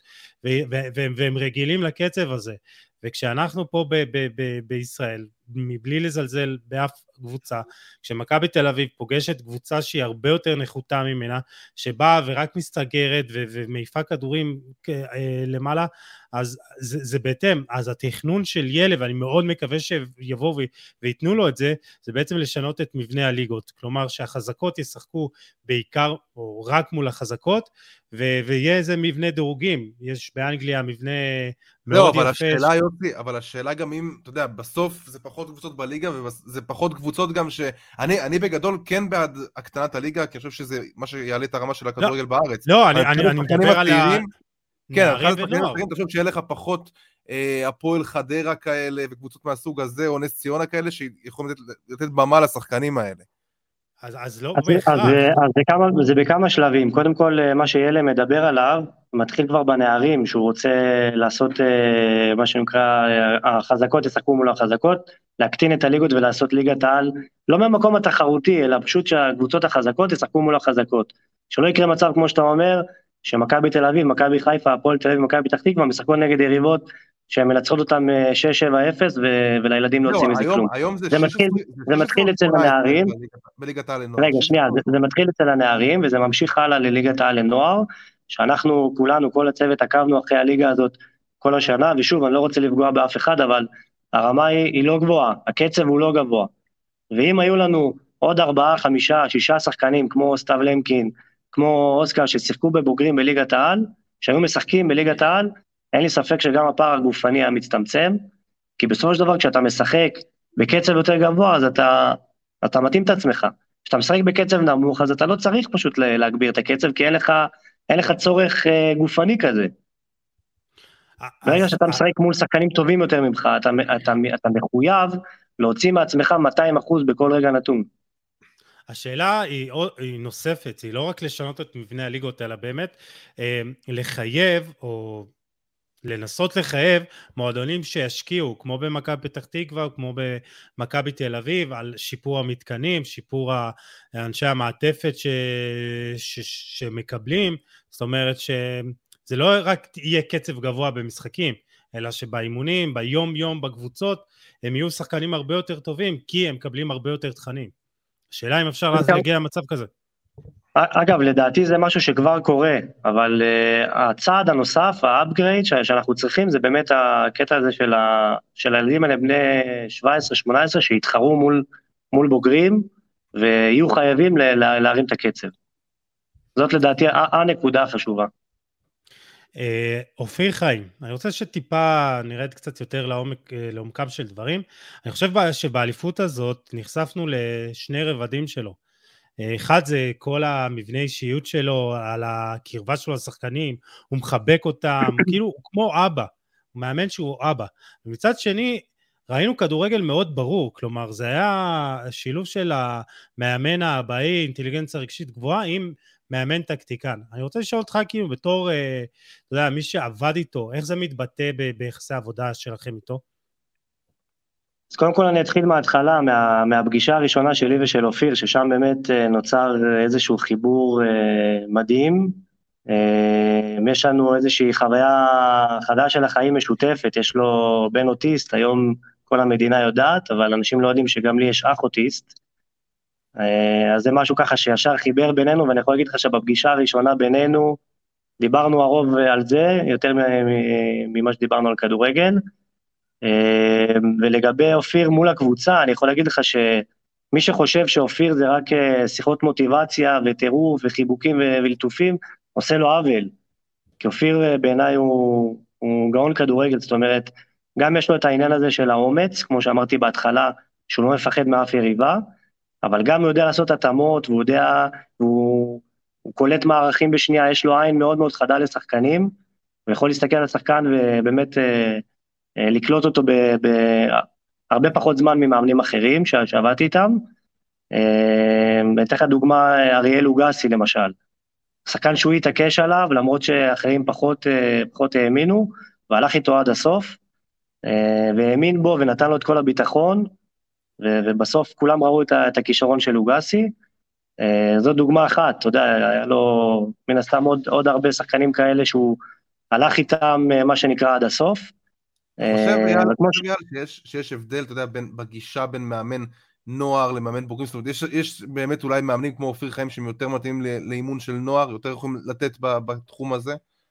והם רגילים לקצב הזה. וכשאנחנו פה ב- ב- ב- בישראל, מבלי לזלזל באף קבוצה, כשמכבי תל אביב פוגשת קבוצה שהיא הרבה יותר נחותה ממנה, שבאה ורק מסתגרת ו- ומעיפה כדורים למעלה, אז זה, זה בהתאם. אז התכנון של ילד, ואני מאוד מקווה שיבואו ויתנו לו את זה, זה בעצם לשנות את מבנה הליגות, כלומר שהחזקות ישחקו בעיקר או רק מול החזקות, ו- ויהיה איזה מבנה דירוגים. יש באנגליה מבנה מאוד לא, אבל יפה. השאלה, ש... יופי, אבל השאלה גם אם, אתה יודע, בסוף זה פחות קבוצות בליגה, וזה פחות קבוצות גם ש... אני, אני בגדול כן בעד הקטנת הליגה, כי אני חושב שזה מה שיעלה את הרמה של הכדורגל לא, בארץ. לא, אני, אני, אני מדבר על ה... כן, אחרי זה אתה חושב שיהיה לך פחות אה, הפועל חדרה כאלה, וקבוצות מהסוג הזה, או נס ציונה כאלה, שיכולים לתת, לתת במה לשחקנים האלה. אז, אז לא אז, אז, אז, זה, כמה, זה בכמה שלבים. קודם כל, מה שילד מדבר עליו, מתחיל כבר בנערים, שהוא רוצה לעשות מה שנקרא, החזקות ישחקו מול החזקות, להקטין את הליגות ולעשות ליגת העל, לא מהמקום התחרותי, אלא פשוט שהקבוצות החזקות ישחקו מול החזקות. שלא יקרה מצב כמו שאתה אומר, שמכבי תל אביב, מכבי חיפה, הפועל תל אביב, מכבי פתח תקווה, משחקות נגד יריבות, שהן מנצחות אותם שש שבע אפס, ולילדים לא עושים מזה כלום. זה מתחיל אצל הנערים, רגע, שנייה, זה מתחיל אצל הנערים, וזה ממשיך הלאה לליגת העל לנוער, שאנחנו כולנו, כל הצוות עקבנו אחרי הליגה הזאת כל השנה, ושוב, אני לא רוצה לפגוע באף אחד, אבל הרמה היא לא גבוהה, הקצב הוא לא גבוה, ואם היו לנו עוד ארבעה, חמישה, שישה שחקנים, כמו סטאב למקין, כמו אוסקר, ששיחקו בבוגרים בליגת העל, שהיו משחקים בליגת העל, אין לי ספק שגם הפער הגופני המצטמצם, כי בסופו של דבר כשאתה משחק בקצב יותר גבוה, אז אתה, אתה מתאים את עצמך. כשאתה משחק בקצב נמוך, אז אתה לא צריך פשוט להגביר את הקצב, כי אין לך, אין לך צורך אה, גופני כזה. ברגע שאתה משחק מול שחקנים טובים יותר ממך, אתה, אתה, אתה מחויב להוציא מעצמך מאתיים אחוז בכל רגע נתון. השאלה היא, היא נוספת, היא לא רק לשנות את מבנה הליגות, אלא באמת אה, לחייב או לנסות לחייב מועדונים שישקיעו, כמו במכבי פתח תקווה, כמו במכבי תל אביב, על שיפור המתקנים, שיפור אנשי המעטפת ש... ש... שמקבלים, זאת אומרת שזה לא רק יהיה קצב גבוה במשחקים, אלא שבאימונים, ביום יום בקבוצות, הם יהיו שחקנים הרבה יותר טובים, כי הם מקבלים הרבה יותר תכנים. השאלה אם אפשר להגיע למצב כזה. אגב, לדעתי זה משהו שכבר קורה, אבל uh, הצעד הנוסף, האפגרייד שאנחנו צריכים, זה באמת הקטע הזה של, ה, של הילדים האלה בני שבע עשרה שמונה עשרה, שיתחרו מול, מול בוגרים, ויהיו חייבים ל, לה, להרים את הקצב. זאת לדעתי הנקודה החשובה. אופיר חיים, אני רוצה שטיפה נרד קצת יותר לעומק, לעומקם של דברים. אני חושב שבאליפות הזאת נחשפנו לשני רבדים שלו. אחד זה כל המבנה אישיות שלו, על הקרבה שלו לשחקנים, הוא מחבק אותם, כאילו הוא כמו אבא, הוא מאמן שהוא אבא. ומצד שני, ראינו כדורגל מאוד ברור, כלומר זה היה שילוב של המאמן האבאי, אינטליגנציה רגשית גבוהה, עם מאמן טקטיקן. אני רוצה לשאול אותך כאילו בתור, אתה יודע, מי שעבד איתו, איך זה מתבטא ביחסי העבודה שלכם איתו? אז קודם כל אני אתחיל מההתחלה, מה, מהפגישה הראשונה שלי ושל אופיר, ששם באמת נוצר איזשהו חיבור מדהים, יש לנו איזושהי חוויה חדשה של החיים משותפת, יש לו בן אוטיסט, היום כל המדינה יודעת, אבל אנשים לא יודעים שגם לי יש אח אוטיסט, אז זה משהו ככה שישר חיבר בינינו, ואני יכול להגיד לך שבפגישה הראשונה בינינו, דיברנו הרוב על זה, יותר ממה שדיברנו על כדורגל, ולגבי אופיר מול הקבוצה, אני יכול להגיד לך מי שחושב שאופיר זה רק שיחות מוטיבציה וטירוף וחיבוקים וליטופים, עושה לו עוול. כי אופיר בעיניי הוא, הוא גאון כדורגל, זאת אומרת, גם יש לו את העניין הזה של האומץ, כמו שאמרתי בהתחלה, שהוא לא מפחד מאף יריבה, אבל גם הוא יודע לעשות התאמות, והוא יודע, הוא, הוא קולט מערכים בשנייה, יש לו עין מאוד מאוד חדה לשחקנים, ויכול להסתכל על השחקן ובאמת אה, אה, לקלוט אותו בהרבה פחות זמן ממאמנים אחרים שעבדתי איתם. אה, אתן לך דוגמה, אריאל לוגסי למשל, שחקן שהוא התעקש עליו, למרות שאחרים פחות, פחות האמינו, והלך איתו עד הסוף, והאמין בו ונתן לו את כל הביטחון, ובסוף כולם ראו את הכישרון של לוגסי. זו דוגמה אחת, אתה יודע, היה לו מן הסתם עוד, עוד הרבה שחקנים כאלה שהוא הלך איתם מה שנקרא עד הסוף. אני חושב, אייל, שיש, שיש הבדל, אתה יודע, בגישה בין מאמן נוער למאמן בוגרים, זאת אומרת, יש, יש באמת אולי מאמנים כמו אופיר חיים שהם יותר מתאימים לאימון של נוער, יותר יכולים לתת בתחום הזה?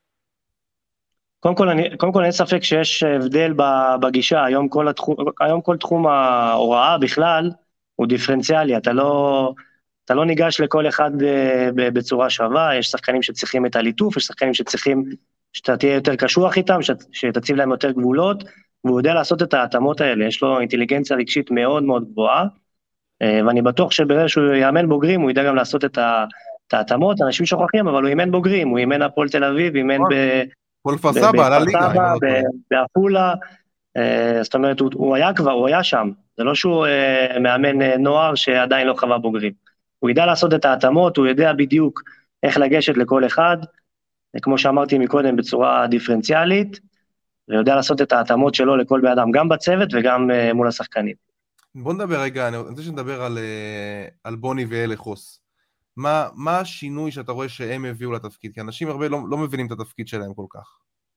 קודם כל, אני, קודם כל אין ספק שיש הבדל בגישה, היום כל, התחום, היום כל תחום ההוראה בכלל הוא דיפרנציאלי, אתה לא, אתה לא ניגש לכל אחד בצורה שווה, יש שחקנים שצריכים את הליטוף, יש שחקנים שצריכים שאתה תהיה יותר קשוח איתם, שתציב להם יותר גבולות, והוא יודע לעשות את ההתאמות האלה, יש לו אינטליגנציה רגשית מאוד מאוד גבוהה, ואני בטוח שברגע שהוא יאמן בוגרים, הוא ידע גם לעשות את ההתאמות, אנשים שוכחים, אבל הוא אימן בוגרים, הוא אימן הפועל תל אביב, אימן בכפר סבא, על הליגה, בעפולה, זאת אומרת, הוא היה כבר, הוא היה שם, זה לא שהוא מאמן נוער שעדיין לא חווה בוגרים, הוא ידע לעשות את ההתאמות, הוא יודע בדיוק איך לגשת לכל אחד, כמו שאמרתי מקודם, בצורה דיפרנציאלית, ויודע לעשות את ההתאמות שלו לכל באדם, גם בצוות וגם מול השחקנים. בוא נדבר רגע, אני רוצה שנדבר על, על בוני ואלה חוס. מה, מה השינוי שאתה רואה שהם הביאו לתפקיד? כי אנשים הרבה לא, לא מבינים את התפקיד שלהם כל כך.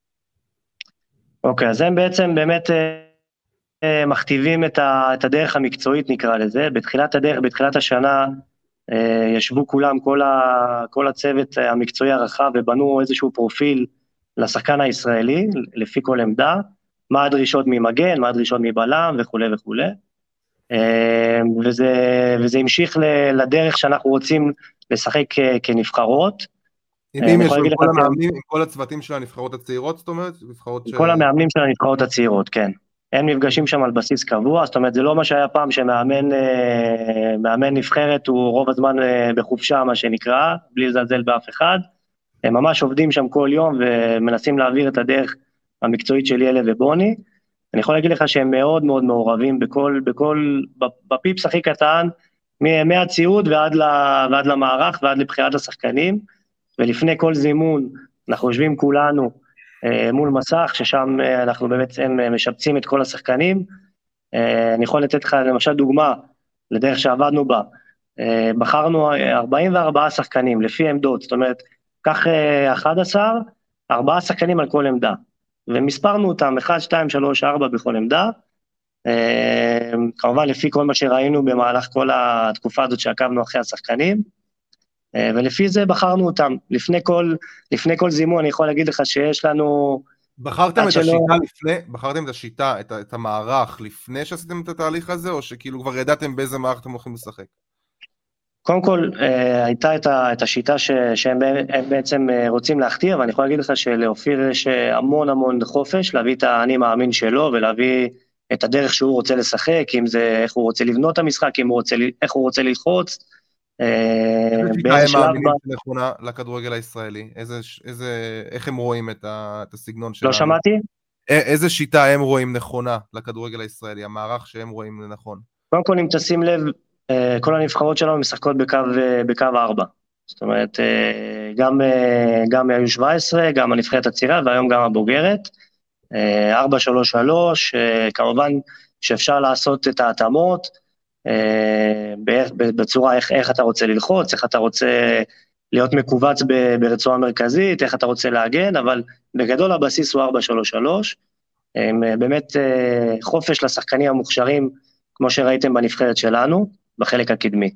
אוקיי, אז הם בעצם באמת אה, מכתיבים את, ה, את הדרך המקצועית נקרא לזה. בתחילת הדרך, בתחילת השנה, אה, ישבו כולם, כל, ה, כל הצוות המקצועי הרחב, ובנו איזשהו פרופיל לשחקן הישראלי, לפי כל עמדה, מה הדרישות ממגן, מה הדרישות מבלם וכו' וכו'. וזה, וזה המשיך לדרך שאנחנו רוצים לשחק כנבחרות. עם כל המאמנים, עם כל הצוותים של הנבחרות הצעירות, זאת אומרת? כל המאמנים של הנבחרות הצעירות, כן. הם נפגשים שם על בסיס קבוע, זאת אומרת, זה לא מה שהיה פעם שמאמן מאמן נבחרת, הוא רוב הזמן בחופשה, מה שנקרא, בלי לזלזל באף אחד. הם ממש עובדים שם כל יום, ומנסים להעביר את הדרך המקצועית של אלה ובוני. אני יכול להגיד לך שהם מאוד מאוד מעורבים בכל, בכל, בפיפס הכי קטן, מהציוד ועד, ועד למערך ועד לבחירת השחקנים, ולפני כל זימון אנחנו יושבים כולנו אה, מול מסך, ששם אה, אנחנו באמת הם משבצים את כל השחקנים. אה, אני יכול לתת לך למשל דוגמה לדרך שעבדנו בה, אה, בחרנו ארבעים וארבעה שחקנים לפי עמדות, זאת אומרת, כך אה, אחד עשר, ארבעה שחקנים על כל עמדה. ומספרנו אותם, אחד, שתיים, שלוש, ארבע בכל עמדה, כמובן לפי כל מה שראינו במהלך כל התקופה הזאת שעקבנו אחרי השחקנים, ולפי זה בחרנו אותם. לפני כל, לפני כל זימון, אני יכול להגיד לך שיש לנו... בחרתם את השיטה לפני, בחרתם את השיטה, את, את המערך, לפני שעשיתם את התהליך הזה, או שכאילו כבר ידעתם באיזה מערך אתם הולכים לשחק? קודם כל, הייתה את השיטה שהם בעצם רוצים להכתיר, ואני יכול להגיד לך שלאופיר יש המון המון חופש, להביא את האני מאמין שלו, ולהביא את הדרך שהוא רוצה לשחק, אם זה איך הוא רוצה לבנות את המשחק, אם הוא רוצה, איך הוא רוצה ללחוץ. איזה שיטה הם מאמינים נכונה לכדורגל הישראלי? איזה, איזה, איך הם רואים את, ה, את הסגנון שלנו? לא שמעתי? איזה שיטה הם רואים נכונה לכדורגל הישראלי, המערך שהם רואים לנכון? קודם כל, אם תשים לב, כל הנבחרות שלנו משחקות בקו, בקו ארבע. זאת אומרת, גם, גם היו שבע עשרה, גם הנבחרת הצעירה, והיום גם הבוגרת. ארבע שלוש שלוש, כמובן שאפשר לעשות את ההתאמות, בצורה איך, איך אתה רוצה ללחוץ, איך אתה רוצה להיות מקובץ ברצועה מרכזית, איך אתה רוצה להגן, אבל בגדול הבסיס הוא ארבע שלוש שלוש. באמת חופש לשחקנים המוכשרים, כמו שראיתם בנבחרת שלנו, בחלק הקדמי.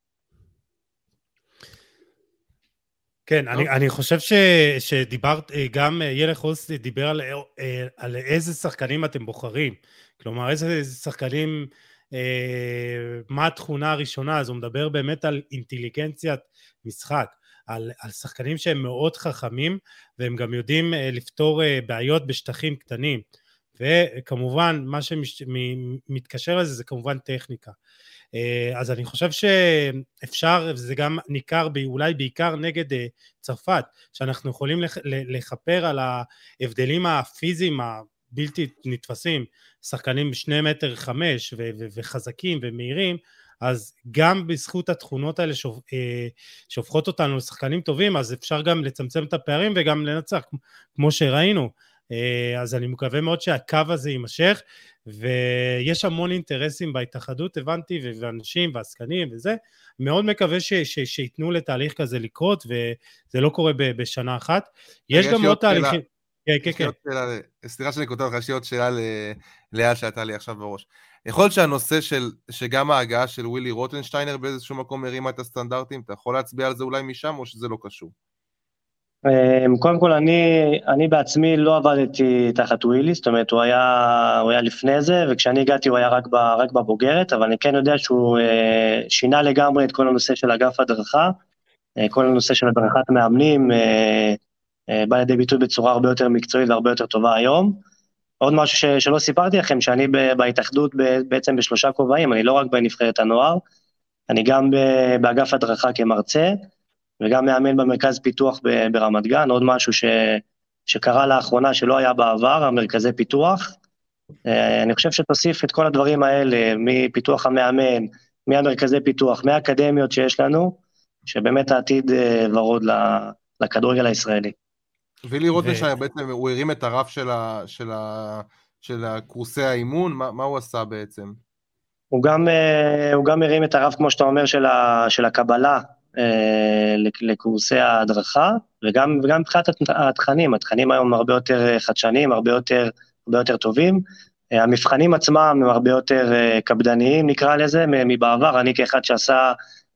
כן, אני, אני חושב ש, שדיברת, גם ילך חוס דיבר על, על איזה שחקנים אתם בוחרים, כלומר איזה שחקנים מה התכונה הראשונה, אז הוא מדבר באמת על אינטליגנציית משחק, על, על שחקנים שהם מאוד חכמים, והם גם יודעים לפתור בעיות בשטחים קטנים, וכמובן מה שמתקשר לזה זה כמובן טכניקה. אז אני חושב שאפשר, וזה גם ניכר אולי בעיקר נגד צרפת, שאנחנו יכולים לחפר על ההבדלים הפיזיים הבלתי נתפסים, שחקנים שני מטר חמש וחזקים ומהירים, אז גם בזכות התכונות האלה שהופכות אותנו לשחקנים טובים, אז אפשר גם לצמצם את הפערים וגם לנצח, כמו שראינו. אז אני מקווה מאוד שהקו הזה יימשך, ויש המון אינטרסים בהתאחדות, הבנתי, ואנשים ועסקנים וזה, מאוד מקווה ש, ש, שיתנו לתהליך כזה לקרות, וזה לא קורה ב, בשנה אחת. יש גם עוד תהליכים. כן, כן, כן. סליחה שאני כותב לך, יש לי עוד שאלה לאל שהייתה לי עכשיו בראש. יכול להיות שהנושא של, שגם ההגעה של ווילי רוטנשטיינר באיזשהו מקום הרימה את הסטנדרטים, אתה יכול להצביע על זה אולי משם, או שזה לא קשור? קודם כל, אני, אני בעצמי לא עבדתי תחת ווילי, זאת אומרת, הוא היה, הוא היה לפני זה, וכשאני הגעתי הוא היה רק, ב, רק בבוגרת, אבל אני כן יודע שהוא אה, שינה לגמרי את כל הנושא של אגף הדרכה, אה, כל הנושא של הדרכת מאמנים, אה, אה, בא לידי ביטוי בצורה הרבה יותר מקצועית והרבה יותר טובה היום. עוד משהו ש, שלא סיפרתי לכם, שאני ב, בהתאחדות ב, בעצם בשלושה כובעים, אני לא רק בנבחרת הנוער, אני גם ב, באגף הדרכה כמרצה, וגם מאמן במרכז פיתוח ברמת גן, עוד משהו ש, שקרה לאחרונה שלא היה בעבר, המרכזי פיתוח. אני חושב שתוסיף את כל הדברים האלה, מפיתוח המאמן, מהמרכזי פיתוח, מהאקדמיות שיש לנו, שבאמת העתיד ורוד לכדורגל הישראלי. וילי רוטנשטיינר בעצם, הוא הרים את הרף של, ה, של, ה, של הקורסי האימון, מה, מה הוא עשה בעצם? הוא גם, הוא גם הרים את הרף, כמו שאתה אומר, של, ה, של הקבלה, לקורסי ההדרכה, וגם, וגם מבחינת התכנים, התכנים היום הרבה יותר חדשניים, הרבה יותר, הרבה יותר טובים, המבחנים עצמם הם הרבה יותר קפדניים, נקרא לזה, מבעבר, אני כאחד שעשה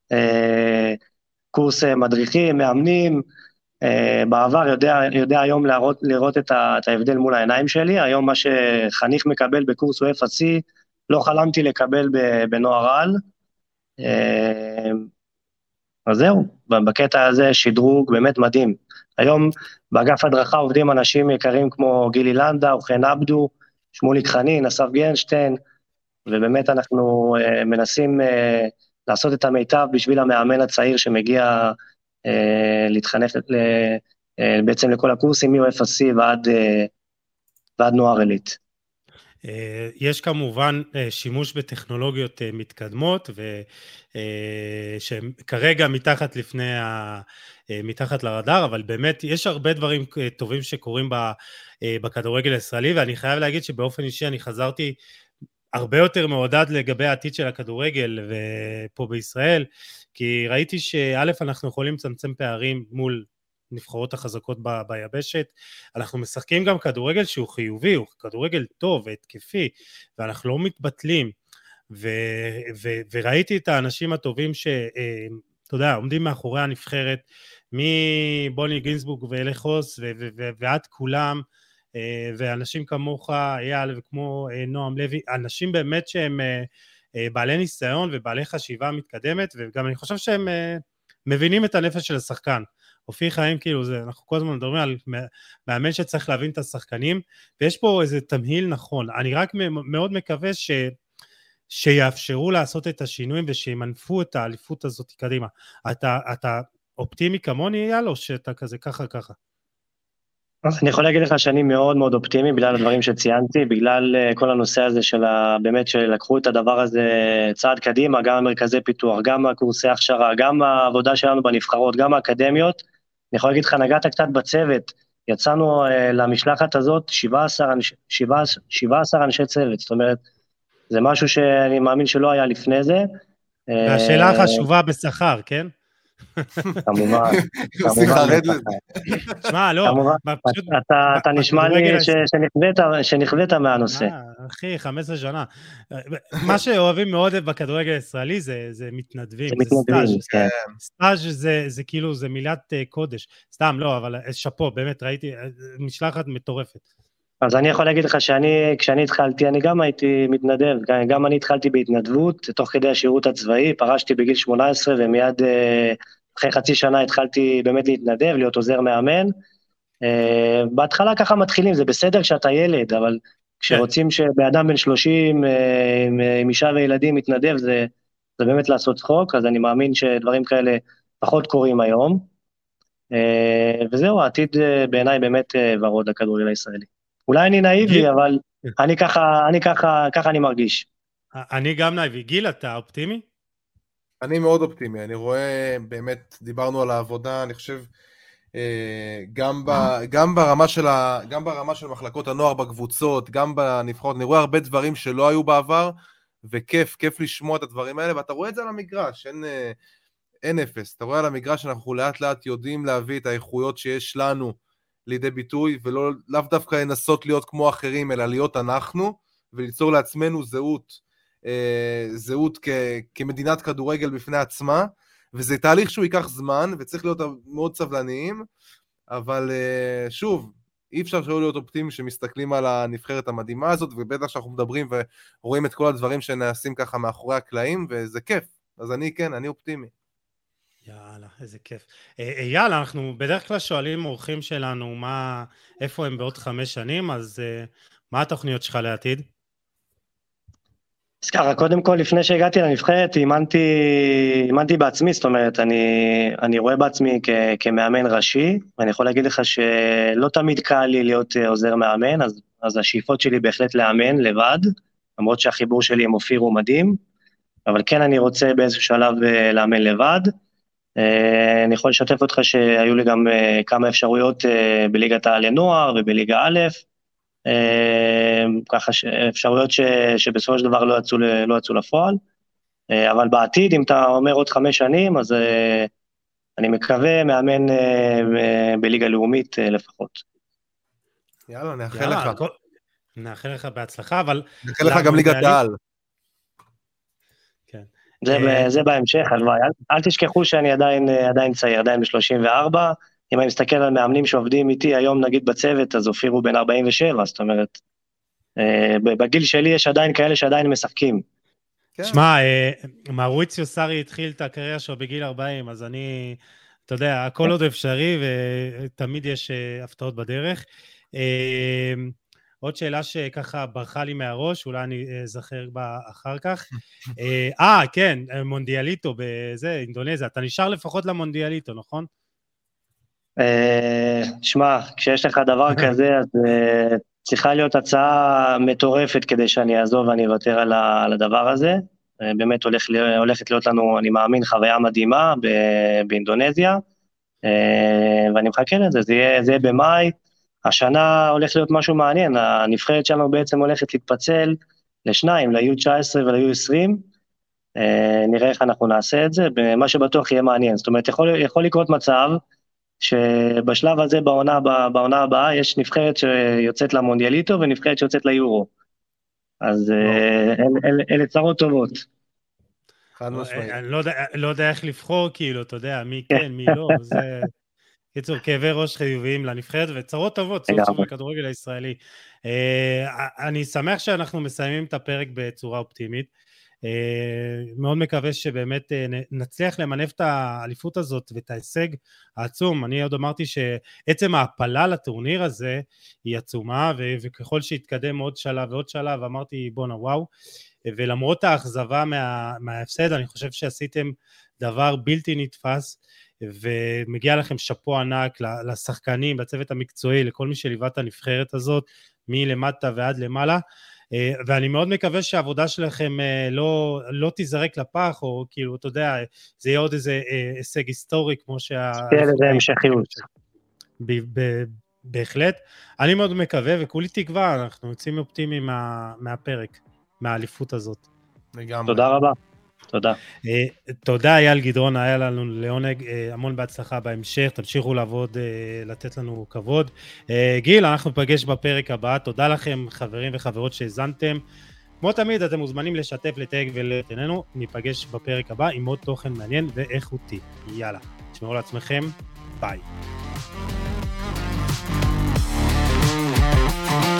קורס מדריכים, מאמנים, בעבר יודע, יודע היום לראות, לראות את ההבדל מול העיניים שלי, היום מה שחניך מקבל בקורס הוא אף סי, לא חלמתי לקבל בנוער על, אז זהו, בקטע הזה שדרוג באמת מדהים. היום באגף הדרכה עובדים אנשים יקרים כמו גילי לנדאו, חן עבדו, שמוליק חנין, אסף גרנשטיין, ובאמת אנחנו uh, מנסים uh, לעשות את המיטב בשביל המאמן הצעיר שמגיע uh, להתחנך uh, uh, בעצם לכל הקורסים, מ-אף סי ועד, uh, ועד נוער עילית. יש כמובן שימוש בטכנולוגיות מתקדמות, שכרגע מתחת לפני, מתחת לרדאר, אבל באמת יש הרבה דברים טובים שקורים בכדורגל הישראלי, ואני חייב להגיד שבאופן אישי אני חזרתי הרבה יותר מעודד לגבי העתיד של הכדורגל פה בישראל, כי ראיתי שא' אנחנו יכולים לצמצם פערים מול נבחרות החזקות ב- ביבשת, אנחנו משחקים גם כדורגל שהוא חיובי, הוא כדורגל טוב והתקפי, ואנחנו לא מתבטלים, ו- ו- וראיתי את האנשים הטובים שאתה יודע, עומדים מאחורי הנבחרת, מבוני גינסבורג ואלחוס ו- ו- ו- ועד כולם, ואנשים כמוך, אייל, וכמו נועם לוי, אנשים באמת שהם בעלי ניסיון ובעלי חשיבה מתקדמת, וגם אני חושב שהם מבינים את הנפש של השחקן, אופי חיים כאילו זה, אנחנו כל הזמן מדברים על מאמן שצריך להבין את השחקנים, ויש פה איזה תמהיל נכון, אני רק מאוד מקווה ש, שיאפשרו לעשות את השינויים, ושימנפו את האליפות הזאת קדימה. אתה, אתה אופטימי כמוני אייל, או שאתה כזה ככה ככה? אני יכול להגיד לך שאני מאוד מאוד אופטימי, בגלל הדברים שציינתי, בגלל כל הנושא הזה של באמת שלקחו את הדבר הזה צעד קדימה, גם מרכזי פיתוח, גם הקורסי הכשרה, גם העבודה שלנו בנבחרות, גם האקדמיות. אני יכול להגיד לך, נגעת קצת בצוות, יצאנו למשלחת הזאת שבעה עשר אנשי צוות, זאת אומרת, זה משהו שאני מאמין שלא היה לפני זה. והשאלה החשובה בשכר, כן? כמובן, כמובן. שמע, לא, אתה נשמע לי שנכווית מהנושא. אחי, חמש עשרה שנה. מה שאוהבים מאוד בכדורגל הישראלי זה מתנדבים, זה סטאז'. סטאז' זה כאילו, זה מילת קודש. סתם, לא, אבל שפו, באמת, ראיתי, משלחת מטורפת. אז אני יכול להגיד לך שאני, כשאני התחלתי, אני גם הייתי מתנדב, גם אני התחלתי בהתנדבות, תוך כדי השירות הצבאי, פרשתי בגיל שמונה עשרה, ומיד אחרי חצי שנה התחלתי באמת להתנדב, להיות עוזר מאמן. בהתחלה ככה מתחילים, זה בסדר כשאתה ילד, אבל כשרוצים שבאדם בן שלושים, עם אישה וילדים מתנדב, זה, זה באמת לעשות צחוק, אז אני מאמין שדברים כאלה פחות קורים היום. וזהו, העתיד בעיניי באמת ורוד לכדורגל הישראלי. אולי אני נאיבי, אבל אני ככה, אני ככה, ככה אני מרגיש. אני גם נאיבי. גיל, אתה אופטימי? אני מאוד אופטימי, אני רואה, באמת, דיברנו על העבודה, אני חושב, גם, ב, גם, ברמה של ה, גם ברמה של מחלקות הנוער בקבוצות, גם בנבחרות, אני רואה הרבה דברים שלא היו בעבר, וכיף, כיף לשמוע את הדברים האלה, ואתה רואה את זה על המגרש, אין, אין אפס, אתה רואה על המגרש שאנחנו לאט לאט יודעים להביא את האיכויות שיש לנו לידי ביטוי, ולא לאו דווקא לנסות להיות כמו אחרים, אלא להיות אנחנו, וליצור לעצמנו זהות, זהות כ, כמדינת כדורגל בפני עצמה, וזה תהליך שהוא ייקח זמן, וצריך להיות מאוד סבלניים, אבל שוב, אי אפשר שלא להיות אופטימיים שמסתכלים על הנבחרת המדהימה הזאת, ובטח שאנחנו מדברים ורואים את כל הדברים שנעשים ככה מאחורי הקלעים, וזה כיף. אז אני כן, אני אופטימי. יאללה, איזה כיף. אייל, אנחנו בדרך כלל שואלים אורחים שלנו, מה, איפה הם בעוד חמש שנים, אז מה התוכניות שלך לעתיד? אז ככה, קודם כל, לפני שהגעתי לנבחרת, אימנתי, אימנתי בעצמי, זאת אומרת, אני, אני רואה בעצמי כ, כמאמן ראשי, ואני יכול להגיד לך שלא תמיד קל לי להיות עוזר מאמן, אז, אז השאיפות שלי בהחלט לאמן לבד, למרות שהחיבור שלי עם אופיר הוא מדהים, אבל כן אני רוצה באיזשהו שלב לאמן לבד. אני יכול לשתף אותך שהיו לי גם כמה אפשרויות בליגת העל נוער ובליגה א', ככה אפשרויות ש, שבסופו של דבר לא יצאו, לא יצאו לפועל, אבל בעתיד, אם אתה אומר עוד חמש שנים, אז אני מקווה מאמן בליגה לאומית לפחות. יאללה, נאחל לך. נאחל לך בהצלחה, אבל... נאחל לך גם ליגת העל. כן. זה, זה בהמשך, הלוואי. אל, אל תשכחו שאני עדיין, עדיין צעיר, עדיין ב-שלושים וארבע, אם אני מסתכל על מאמנים שעובדים איתי היום נגיד בצוות, אז אופיר הוא בן ארבעים ושבע, זאת אומרת, בגיל שלי יש עדיין כאלה שעדיין משחקים. שמע, מאוריציו סארי התחיל את הקריירה שלו בגיל ארבעים, אז אני, אתה יודע, הכל עוד אפשרי, ותמיד יש הפתעות בדרך. עוד שאלה שככה ברחה לי מהראש, אולי אני זכר בה אחר כך. אה, כן, מונדיאליטו בזה, אינדונזיה, אתה נשאר לפחות למונדיאליטו, נכון? שמע, כשיש לך דבר כזה, אז צריכה להיות הצעה מטורפת כדי שאני אעזוב ואני אוותר על הדבר הזה. באמת הולכת להיות לנו, אני מאמין, חוויה מדהימה באינדונזיה, ואני מחכה לזה, זה יהיה במאי. השנה הולך להיות משהו מעניין, הנבחרת שלנו בעצם הולכת להתפצל לשניים, ל-יו תשע עשרה ול-יו עשרים, נראה איך אנחנו נעשה את זה, מה שבטוח יהיה מעניין, זאת אומרת, יכול, יכול לקרות מצב, שבשלב הזה בעונה, בעונה הבאה יש נבחרת שיוצאת למונדיאליטו ונבחרת שיוצאת ליורו. אז אלה צרות טובות. אני לא יודע איך לבחור, כאילו, אתה יודע, מי כן, מי לא, זה... קיצור, כאבי ראש חיוביים לנבחרת, וצרות טובות, סוף סוף בכדורגל הישראלי. אני שמח שאנחנו מסיימים את הפרק בצורה אופטימית, מאוד מקווה שבאמת נצליח למנף את האליפות הזאת ואת ההישג העצום. אני עוד אמרתי שעצם ההפלה לטורניר הזה היא עצומה, וככל שהתקדם עוד שלב ועוד שלב, אמרתי בונה וואו, ולמרות האכזבה מה, מההפסד, אני חושב שעשיתם דבר בלתי נתפס, ומגיע לכם שפו ענק לשחקנים, לצוות המקצועי, לכל מי שליווה את הנבחרת הזאת, מלמטה ועד למעלה, ואני מאוד מקווה שהעבודה שלכם לא, לא תזרק לפח, או כאילו, אתה יודע, זה יהיה עוד איזה הישג היסטורי, כמו שה... תהיה לזה המשכיות. בהחלט. אני מאוד מקווה, וכולי תקווה, אנחנו יוצאים אופטימיים מה, מהפרק, מהאליפות הזאת. תודה רבה. תודה. תודה אייל גדרון, היה לנו לעונג, המון בהצלחה בהמשך, תמשיכו לעבוד, לתת לנו כבוד. גיל, אנחנו נפגש בפרק הבא, תודה לכם חברים וחברות שהזנתם, כמו תמיד אתם מוזמנים לשתף, לתייג ולתננו, ניפגש בפרק הבא עם עוד תוכן מעניין ואיכותי. יאללה, תשמעו לעצמכם, ביי.